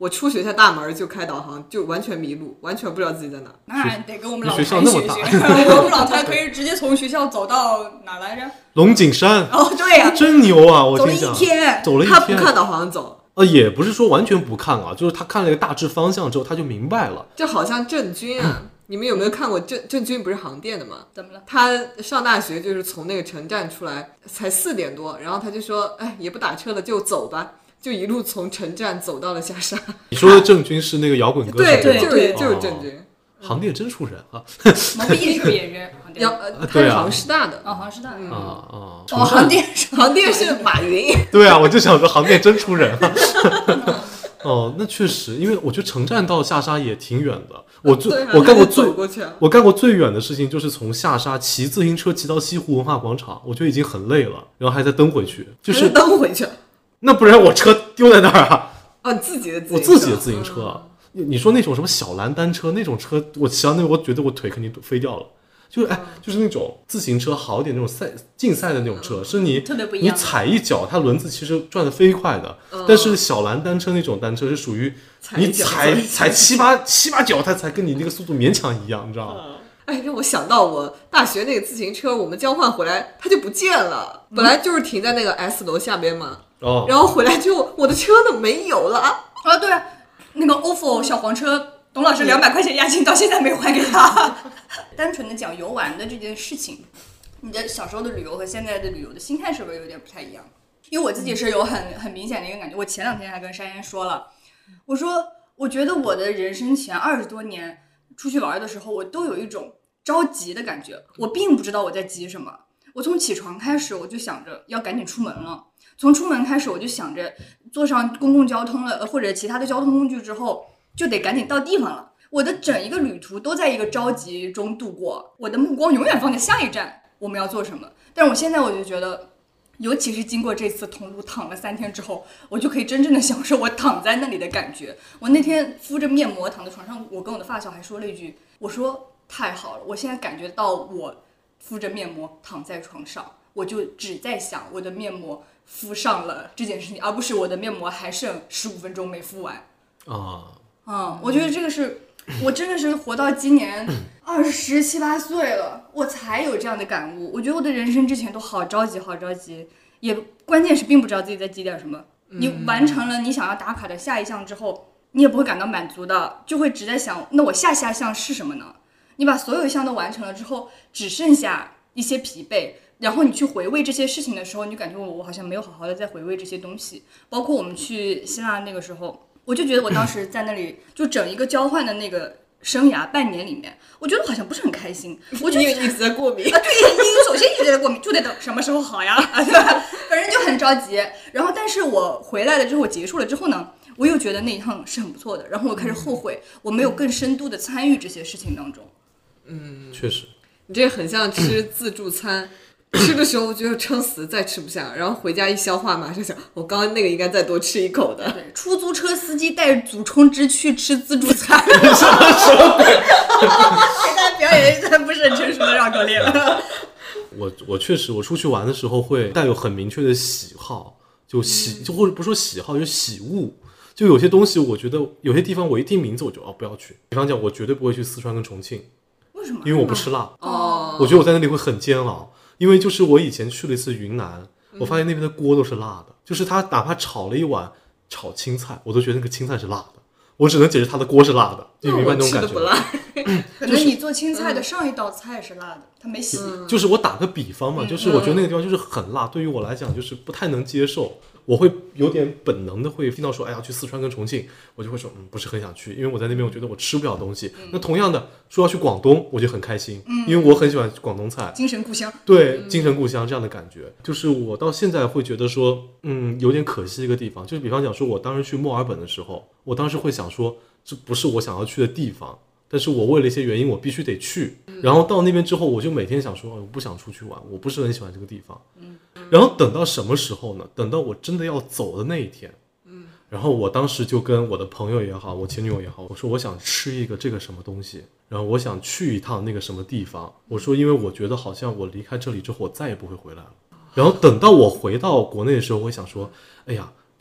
我出学校大门就开导航，就完全迷路，完全不知道自己在哪。 那得跟我们老学校谭学那么大学，我们老谭可以直接从学校走到哪来着？ 龙井山， 哦，对呀、 真牛啊！我走了一听讲， 天， 走了一天， 他不看导航走， 呃，也不是说完全不看啊，就是他看了一个大致方向之后，他就明白了。 就好像郑钧啊，你们有没有看过郑郑钧不是航电的吗？ 怎么了？ 他上大学就是从那个城站出来，才四点多，然后他就说，哎，也不打车了，就走吧。就一路从城站走到了下沙。 你说的郑钧是那个摇滚歌手对对吧就是就是郑钧。 哦航电真出人啊！ 毛不易是不是也是航电？ 要呃，他对啊是航师大的。 哦，航师大。 嗯啊啊！ 哦， 城航电是航电是马云。 对啊，我就想说航电真出人啊！哦，那确实，因为我觉得城站到下沙也挺远的。我最、 对啊我干过最他就走过去啊我干过最远的事情就是从下沙骑自行车骑到西湖文化广场，我觉得已经很累了，然后还再蹬回去，就还是蹬回去。 那不然我车丢在那儿啊！ 哦，你自己的自行车。 我自己的自行车啊。你你说那种什么小蓝单车那种车，我骑到那个，我觉得我腿肯定飞掉了。就是哎，就是那种自行车好一点那种赛竞赛的那种车，是你特别不一你样踩一脚，它轮子其实转得飞快的。 嗯但是小蓝单车那种单车是属于你踩一脚踩踩一脚踩七八七八脚，它才跟你那个速度勉强一样，你知道吗？ 哎，让我想到我大学那个自行车，我们交换回来它就不见了。本来就是停在那个 S 楼下边嘛， 哦， 然后回来之后我的车都没有了。 啊，对啊，那个 O F O 小黄车，董老师两百块钱押金到现在没还给他。单纯的讲游玩的这件事情，你的小时候的旅游和现在的旅游的心态是不是有点不太一样？因为我自己是有很很明显的一个感觉，我前两天还跟珊珊说了，我说我觉得我的人生前二十多年出去玩的时候，我都有一种着急的感觉，我并不知道我在急什么。我从起床开始，我就想着要赶紧出门了。从出门开始，我就想着坐上公共交通了，或者其他的交通工具之后，就得赶紧到地方了。我的整一个旅途都在一个着急中度过，我的目光永远放在下一站我们要做什么。但是我现在我就觉得，尤其是经过这次桐庐躺了三天之后，我就可以真正的享受我躺在那里的感觉。我那天敷着面膜躺在床上，我跟我的发小还说了一句，我说太好了，我现在感觉到我敷着面膜躺在床上，我就只在想我的面膜敷上了这件事情，而不是我的面膜还剩十五分钟没敷完。 啊， 嗯，我觉得这个是我真的是活到今年二十七八岁了，我才有这样的感悟。我觉得我的人生之前都好着急，好着急，也关键是并不知道自己在急点什么。你完成了你想要打卡的下一项之后，你也不会感到满足的，就会只在想，那我下下项是什么呢？你把所有项都完成了之后，只剩下一些疲惫。然后你去回味这些事情的时候，你就感觉我我好像没有好好的在回味这些东西。包括我们去希腊那个时候，我就觉得我当时在那里就整一个交换的那个生涯半年里面，我觉得好像不是很开心。我就因为一直在过敏啊，对，因为首先一直在过敏，就得等什么时候好呀，啊，对吧？反正就很着急。然后，但是我回来了之后，我结束了之后呢，我又觉得那一趟是很不错的。然后我开始后悔，我没有更深度的参与这些事情当中。 嗯， 确实， 你这很像吃自助餐。吃的时候觉得撑死，再吃不下，然后回家一消化，马上想，我刚刚那个应该再多吃一口的。 对，出租车司机带祖冲之去吃自助餐， 什么鬼？ 给大家表演一段不是很成熟的绕口令。 我我确实，我出去玩的时候会带有很明确的喜好，就喜就或者不说喜好，就喜恶。就有些东西，我觉得有些地方我一听名字我就哦不要去。比方讲，我绝对不会去四川跟重庆， 为什么？ 因为我不吃辣。 哦， 我觉得我在那里会很煎熬。因为就是我以前去了一次云南，我发现那边的锅都是辣的，就是他哪怕炒了一碗炒青菜，我都觉得那个青菜是辣的，我只能解释他的锅是辣的，你明白那种感觉吗？ 可能你做青菜的上一道菜是辣的，它没洗。 就是我打个比方嘛，就是我觉得那个地方就是很辣，对于我来讲就是不太能接受，我会有点本能的会听到说，哎呀，去四川跟重庆，我就会说，嗯，不是很想去，因为我在那边我觉得我吃不了东西。那同样的说要去广东，我就很开心，因为我很喜欢广东菜， 精神故乡。 对，精神故乡这样的感觉，就是我到现在会觉得说，嗯，有点可惜一个地方，就是比方讲说，我当时去墨尔本的时候，我当时会想说，这不是我想要去的地方。但是我为了一些原因，我必须得去。然后到那边之后，我就每天想说，我不想出去玩，我不是很喜欢这个地方。然后等到什么时候呢？等到我真的要走的那一天。然后我当时就跟我的朋友也好，我前女友也好，我说我想吃一个这个什么东西，然后我想去一趟那个什么地方。我说，因为我觉得好像我离开这里之后，我再也不会回来了。然后等到我回到国内的时候，我想说，哎呀。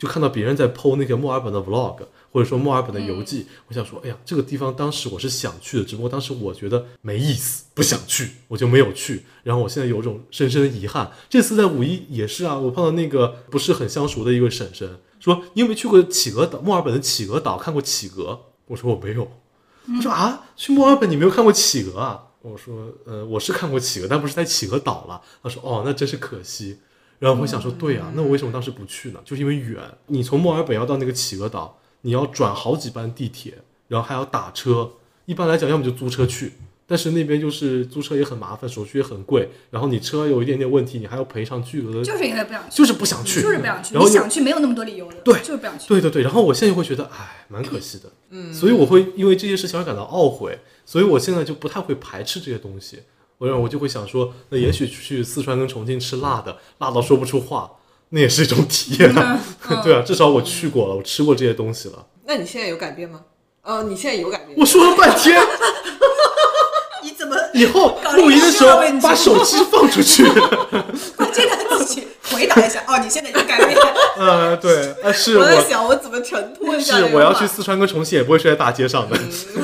就看到别人在 po 那个墨尔本的 vlog， 或者说墨尔本的游记，嗯、我想说，哎呀，这个地方当时我是想去的，只不过当时我觉得没意思，不想去，我就没有去。然后我现在有种深深的遗憾。这次在五一也是啊，我碰到那个不是很相熟的一个婶婶，说你有没有去过企鹅岛？墨尔本的企鹅岛看过企鹅？我说我没有。他说啊，去墨尔本你没有看过企鹅啊？我说呃，我是看过企鹅，但不是在企鹅岛了。他说哦，那真是可惜。然后我想说，对啊，那我为什么当时不去呢？就是因为远，你从墨尔本要到那个企鹅岛，你要转好几班地铁，然后还要打车。一般来讲，要么就租车去，但是那边就是租车也很麻烦，手续也很贵，然后你车有一点点问题，你还要赔偿巨额的。 就是因为不想去， 就是不想去， 就是不想去。你想去没有那么多理由的， 对， 就是不想去。 对对对，然后我现在会觉得，哎，蛮可惜的。嗯，所以我会因为这些事情而感到懊悔，所以我现在就不太会排斥这些东西。我我就会想说，那也许去四川跟重庆吃辣的，辣到说不出话，那也是一种体验啊。嗯、对啊，至少我去过了，我吃过这些东西了。 那你现在有改变吗？呃，你现在有改变？ 我说了半天， 你怎么以后录音的时候把手机放出去？ 关键他自己回答一下。哦，你现在有改变？ 呃，对，呃，是我在想我怎么承托一下。 是我要去四川跟重庆，也不会睡在大街上的。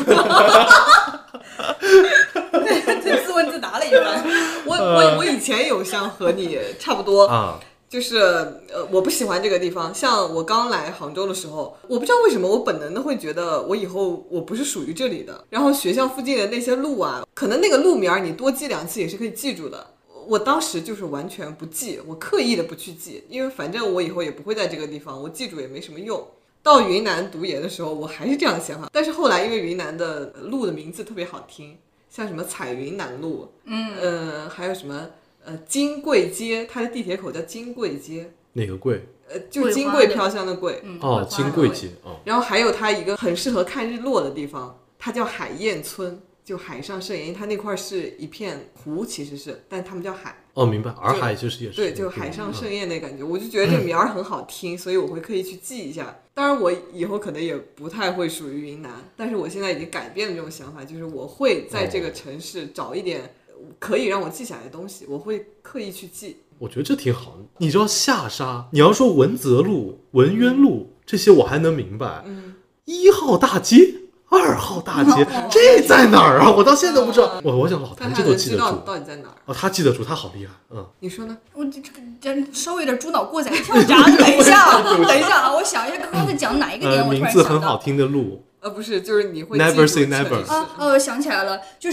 嗯、自问自答了一番。 我我我以前有像和你差不多啊。 就是呃，我不喜欢这个地方。像我刚来杭州的时候，我不知道为什么，我本能的会觉得我以后我不是属于这里的。然后学校附近的那些路啊，可能那个路名你多记两次也是可以记住的。我当时就是完全不记，我刻意的不去记，因为反正我以后也不会在这个地方，我记住也没什么用。到云南读研的时候，我还是这样的想法。但是后来因为云南的路的名字特别好听，像什么彩云南路，嗯呃，还有什么。呃，金贵街，它的地铁口叫金贵街。 哪个贵？ 呃，就金贵飘香的贵。 嗯、 哦，金贵街。哦。 然后还有它一个很适合看日落的地方，它叫海燕村，就海上盛宴，它那块是一片湖，其实是，但他们叫海。 哦，明白。洱海就是也是。 对，就海上盛宴那感觉，我就觉得这名儿很好听，所以我会刻意去记一下。当然，我以后可能也不太会属于云南，但是我现在已经改变了这种想法，就是我会在这个城市找一点。可以让我记下来的东西，我会刻意去记。 我觉得这挺好的。你知道下沙，你要说文泽路、文渊路这些我还能明白。嗯，一号大街、二号大街，哦、这在哪儿啊？我到现在都不知道。哦、我我想老谭这都记得住， 到底在哪儿？ 哦，他记得住，他好厉害。嗯， 你说呢？ 我这个这稍微有点猪脑过载跳闸。等一下，等一下啊！我想一下，刚刚在讲哪一个点？ 呃、 我突然名字很好听的路。 呃，不是，就是你会 never say never 啊。呃，想起来了，就是。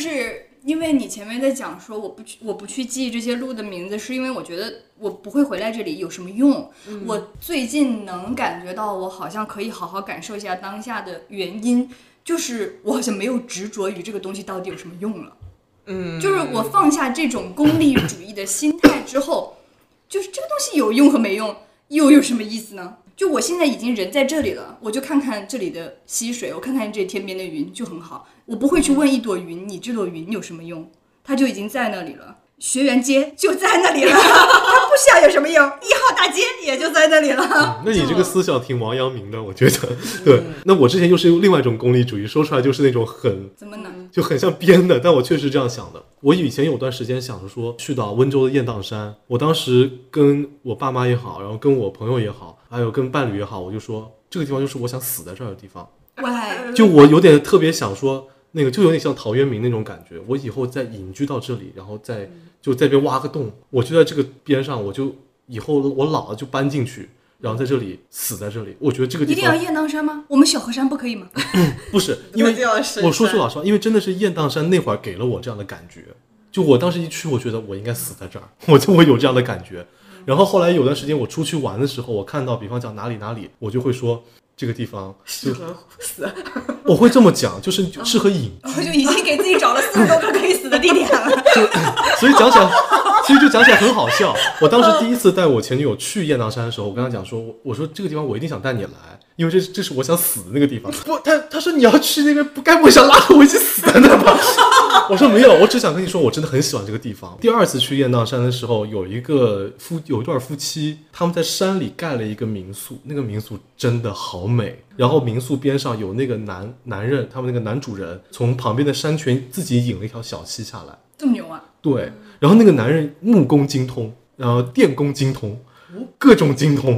因为你前面在讲说我不去我不去记这些路的名字，是因为我觉得我不会回来这里有什么用。嗯、我最近能感觉到我好像可以好好感受一下当下的原因，就是我好像没有执着于这个东西到底有什么用了。 嗯， 就是我放下这种功利主义的心态之后，就是这个东西有用和没用又有什么意思呢？就我现在已经人在这里了，我就看看这里的溪水，我看看这天边的云就很好。我不会去问一朵云，你这朵云有什么用？它就已经在那里了。学园街就在那里了，它不需要有什么用。一号大街也就在那里了。 嗯、那你这个思想挺王阳明的，我觉得。对，那我之前又是另外一种功利主义，说出来就是那种很怎么呢？ 就很像编的，但我确实这样想的。我以前有段时间想着说去到温州的雁荡山，我当时跟我爸妈也好，然后跟我朋友也好，还有跟伴侣也好，我就说这个地方就是我想死在这儿的地方。就我有点特别想说。那个就有点像陶渊明那种感觉，我以后再隐居到这里，然后再就在这边挖个洞，我就在这个边上，我就以后我老了就搬进去，然后在这里死在这里。我觉得这个地方一定要雁荡山吗？我们小河山不可以吗？ 不是，因为我说句老实话，因为真的是雁荡山那会儿给了我这样的感觉，就我当时一去，我觉得我应该死在这儿，我就会有这样的感觉。然后后来有段时间我出去玩的时候，我看到比方讲哪里哪里，我就会说。这个地方适合死， 我会这么讲，就是适合隐居。 我就已经给自己找了四十多个可以死的地点了。 就所以讲起来，所以就讲起来很好笑。我当时第一次带我前女友去雁荡山的时候，我跟她讲说，我说这个地方我一定想带你来，因为这这是我想死的那个地方。不，她她说你要去那边，不该不会想拉着我一起死在那吧？我说没有，我只想跟你说，我真的很喜欢这个地方。第二次去雁荡山的时候，有一个夫有一对夫妻，他们在山里盖了一个民宿，那个民宿真的好美。然后民宿边上有那个男男人，他们那个男主人从旁边的山泉自己引了一条小溪下来， 这么牛啊？ 对。然后那个男人木工精通，然后电工精通，各种精通。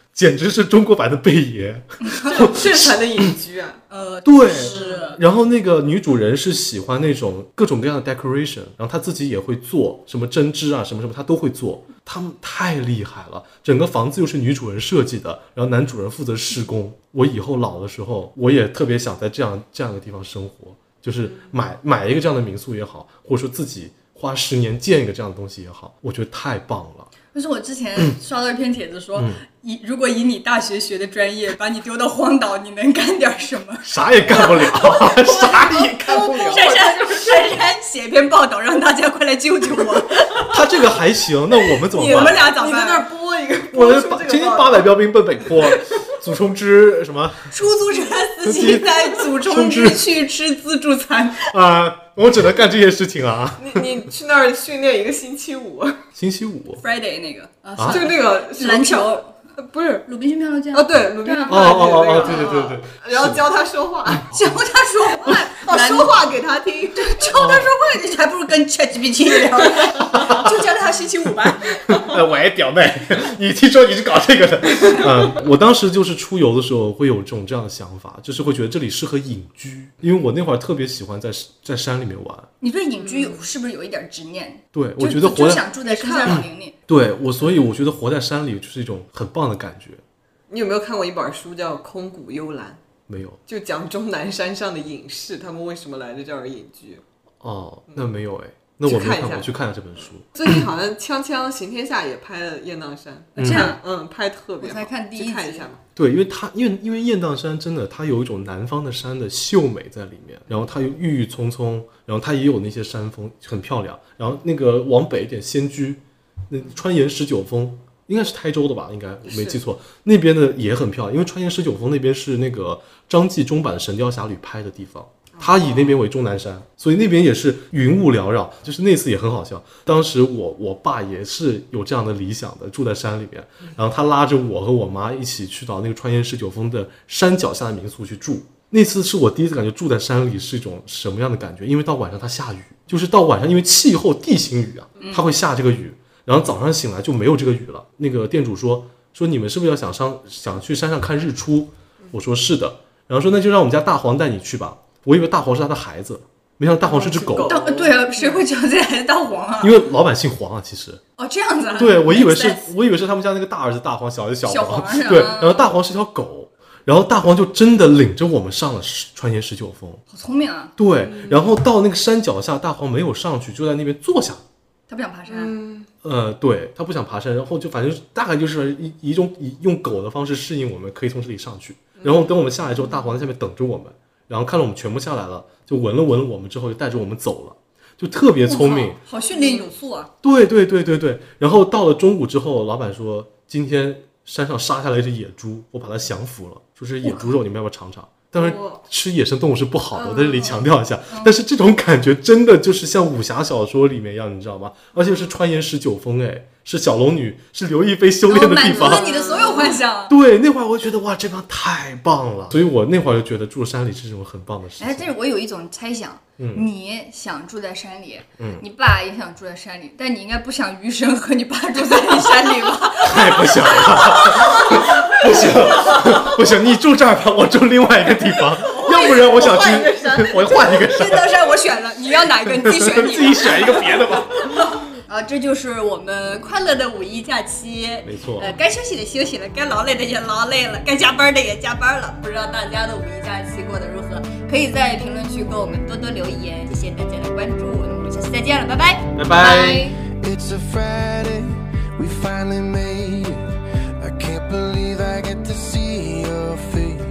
简直是中国版的贝爷。 这才能隐居啊！ 呃， 对， 是。 然后那个女主人是喜欢那种各种各样的 decoration， 然后她自己也会做，什么针织啊，什么什么她都会做。他们太厉害了，整个房子又是女主人设计的，然后男主人负责施工。我以后老的时候，我也特别想在这样这样的地方生活，就是买买一个这样的民宿也好，或者说自己花十年建一个这样的东西也好，我觉得太棒了。 就是我之前刷到一篇帖子说，嗯、以如果以你大学学的专业把你丢到荒岛，你能干点什么？ 啥也干不了，啥也干不了。 珊珊珊珊写一篇报道，让大家快来救救我。 他这个还行，那我们怎么办？ 你们俩咋办？ 你在那儿播一个， 我今天八百标兵奔北坡，祖冲之什么？ 出租车司机在祖冲之去吃自助餐啊！我只能干这些事情啊！ 你你去那儿训练一个星期五， 星期五 Friday 那个啊， 就那个篮球。 不是鲁滨逊漂流记哦，对，鲁滨逊哦哦哦哦，对对对对， 然后教他说话， 教他说话， 哦，说话给他听， 教他说话，你还不如跟 ChatGPT 聊，就教他星期五吧。 呃，喂，表妹，你听说你是搞这个的？嗯，我当时就是出游的时候会有这种这样的想法，就是会觉得这里适合隐居，因为我那会儿特别喜欢在在山里面玩。 你对隐居是不是有一点执念？ 对，我觉得活在就想住在深山老林里。 对我，所以我觉得活在山里就是一种很棒的感觉。 你有没有看过一本书叫《空谷幽兰》？ 没有， 就讲终南山上的隐士，他们为什么来这这儿隐居。 哦，那没有哎，那我没有看过，去看一下这本书。 最近好像锵锵行天下也拍了雁荡山， 这样， 嗯，拍特别好， 我才看第一集， 看一下嘛。 对，因为它因为因为雁荡山真的它有一种南方的山的秀美在里面，然后它又郁郁葱葱，然后它也有那些山峰很漂亮，然后那个往北一点仙居，那川沿十九峰。应该是台州的吧，应该没记错，那边的也很漂亮，因为川沿十九峰那边是那个张纪中版的《神雕侠侣》拍的地方，他以那边为终南山，所以那边也是云雾缭绕。就是那次也很好笑，当时我我爸也是有这样的理想的，住在山里面，然后他拉着我和我妈一起去到那个川沿十九峰的山脚下的民宿去住。那次是我第一次感觉住在山里是一种什么样的感觉，因为到晚上它下雨，就是到晚上因为气候地形雨啊，它会下这个雨。然后早上醒来就没有这个雨了。那个店主说说你们是不是要想上想去山上看日出？我说是的。然后说那就让我们家大黄带你去吧。我以为大黄是他的孩子，没想到大黄是只狗。 哦、对啊，谁会叫自己孩子大黄啊？ 因为老板姓黄啊，其实。 哦，这样子啊。 对，我以为是，我以为是他们家那个大儿子大黄，小儿子小黄。 小黄对，然后大黄是条狗，然后大黄就真的领着我们上了川沿十九峰。 好聪明啊。 对，然后到那个山脚下，大黄没有上去，就在那边坐下。 他不想爬山。 嗯呃，对，他不想爬山，然后就反正大概就是以一种以用狗的方式适应我们，可以从这里上去。然后等我们下来之后，大黄在下面等着我们，然后看到我们全部下来了，就闻了闻我们之后，就带着我们走了，就特别聪明， 好训练有素啊。 对对对对对。然后到了中午之后，老板说今天山上杀下来一只野猪，我把它降服了，说是野猪肉，你们要不要尝尝？当然吃野生动物是不好的，我在这里强调一下。但是这种感觉真的就是像武侠小说里面一样，你知道吗？而且是川沿十九峰，哎，是小龙女，是刘亦菲修炼的地方， 满足了你的所有幻想。 对，那会儿我就觉得哇，这帮太棒了，所以我那会儿就觉得住山里是这种很棒的事情。 哎，但是我有一种猜想， 嗯、 你想住在山里， 嗯， 你爸也想住在山里，但你应该不想余生和你爸住在你山里吧？ 太不想了，不行不行，你住这儿吧，我住另外一个地方。要不然我想去，我换一个山。 雁荡山我选了，你要哪一个？你自己选你。 自己选一个别的吧。 啊，这就是我们快乐的五一假期。 没错。 呃，该休息的休息了，该劳累的也劳累了，该加班的也加班了。不知道大家的五一假期过得如何？可以在评论区给我们多多留言。谢谢大家的关注，那我们下期再见了，拜拜， 拜拜。 It's a Friday, we finally made it. I can't believe I get to see your face.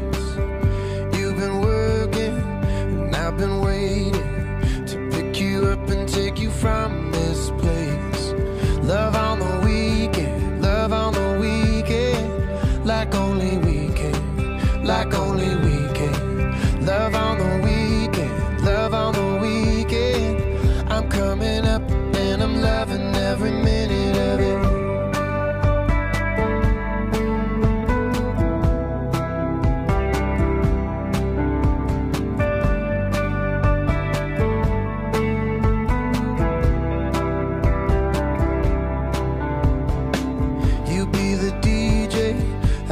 You've been working, and I've been waiting to pick you up and take you from this place. Love on the weekend, love on the weekend, like only we can, like only we can. Love on the weekend, love on the weekend. I'm coming up and I'm loving every minute of it.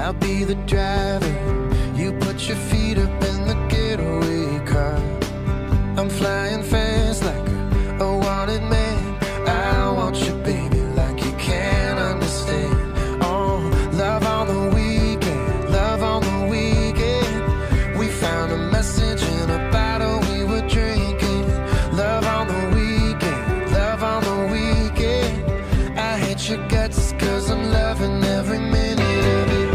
I'll be the driver. You put your feet up in the getaway car. I'm flying fast like a, a wanted man. I want you, baby, like you can't understand. Oh, love on the weekend, love on the weekend. We found a message in a bottle we were drinking. Love on the weekend, love on the weekend. I hate your guts cause I'm loving every minute of it.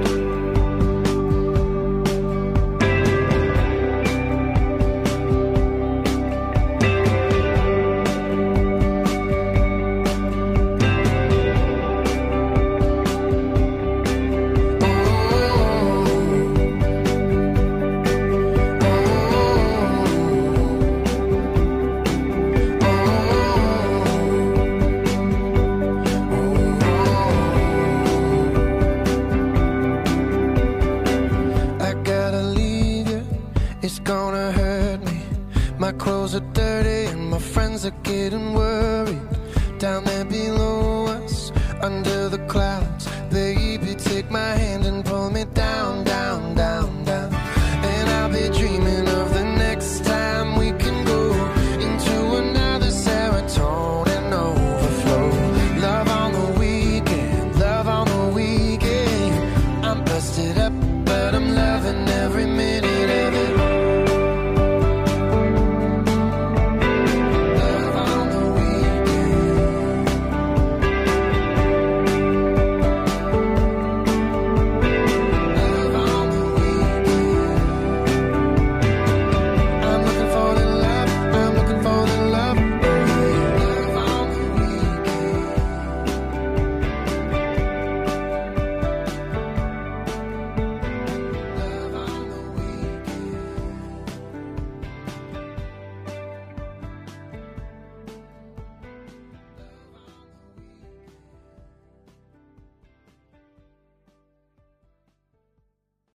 My clothes are dirty and my friends are getting worried. Down there below us, under the clouds,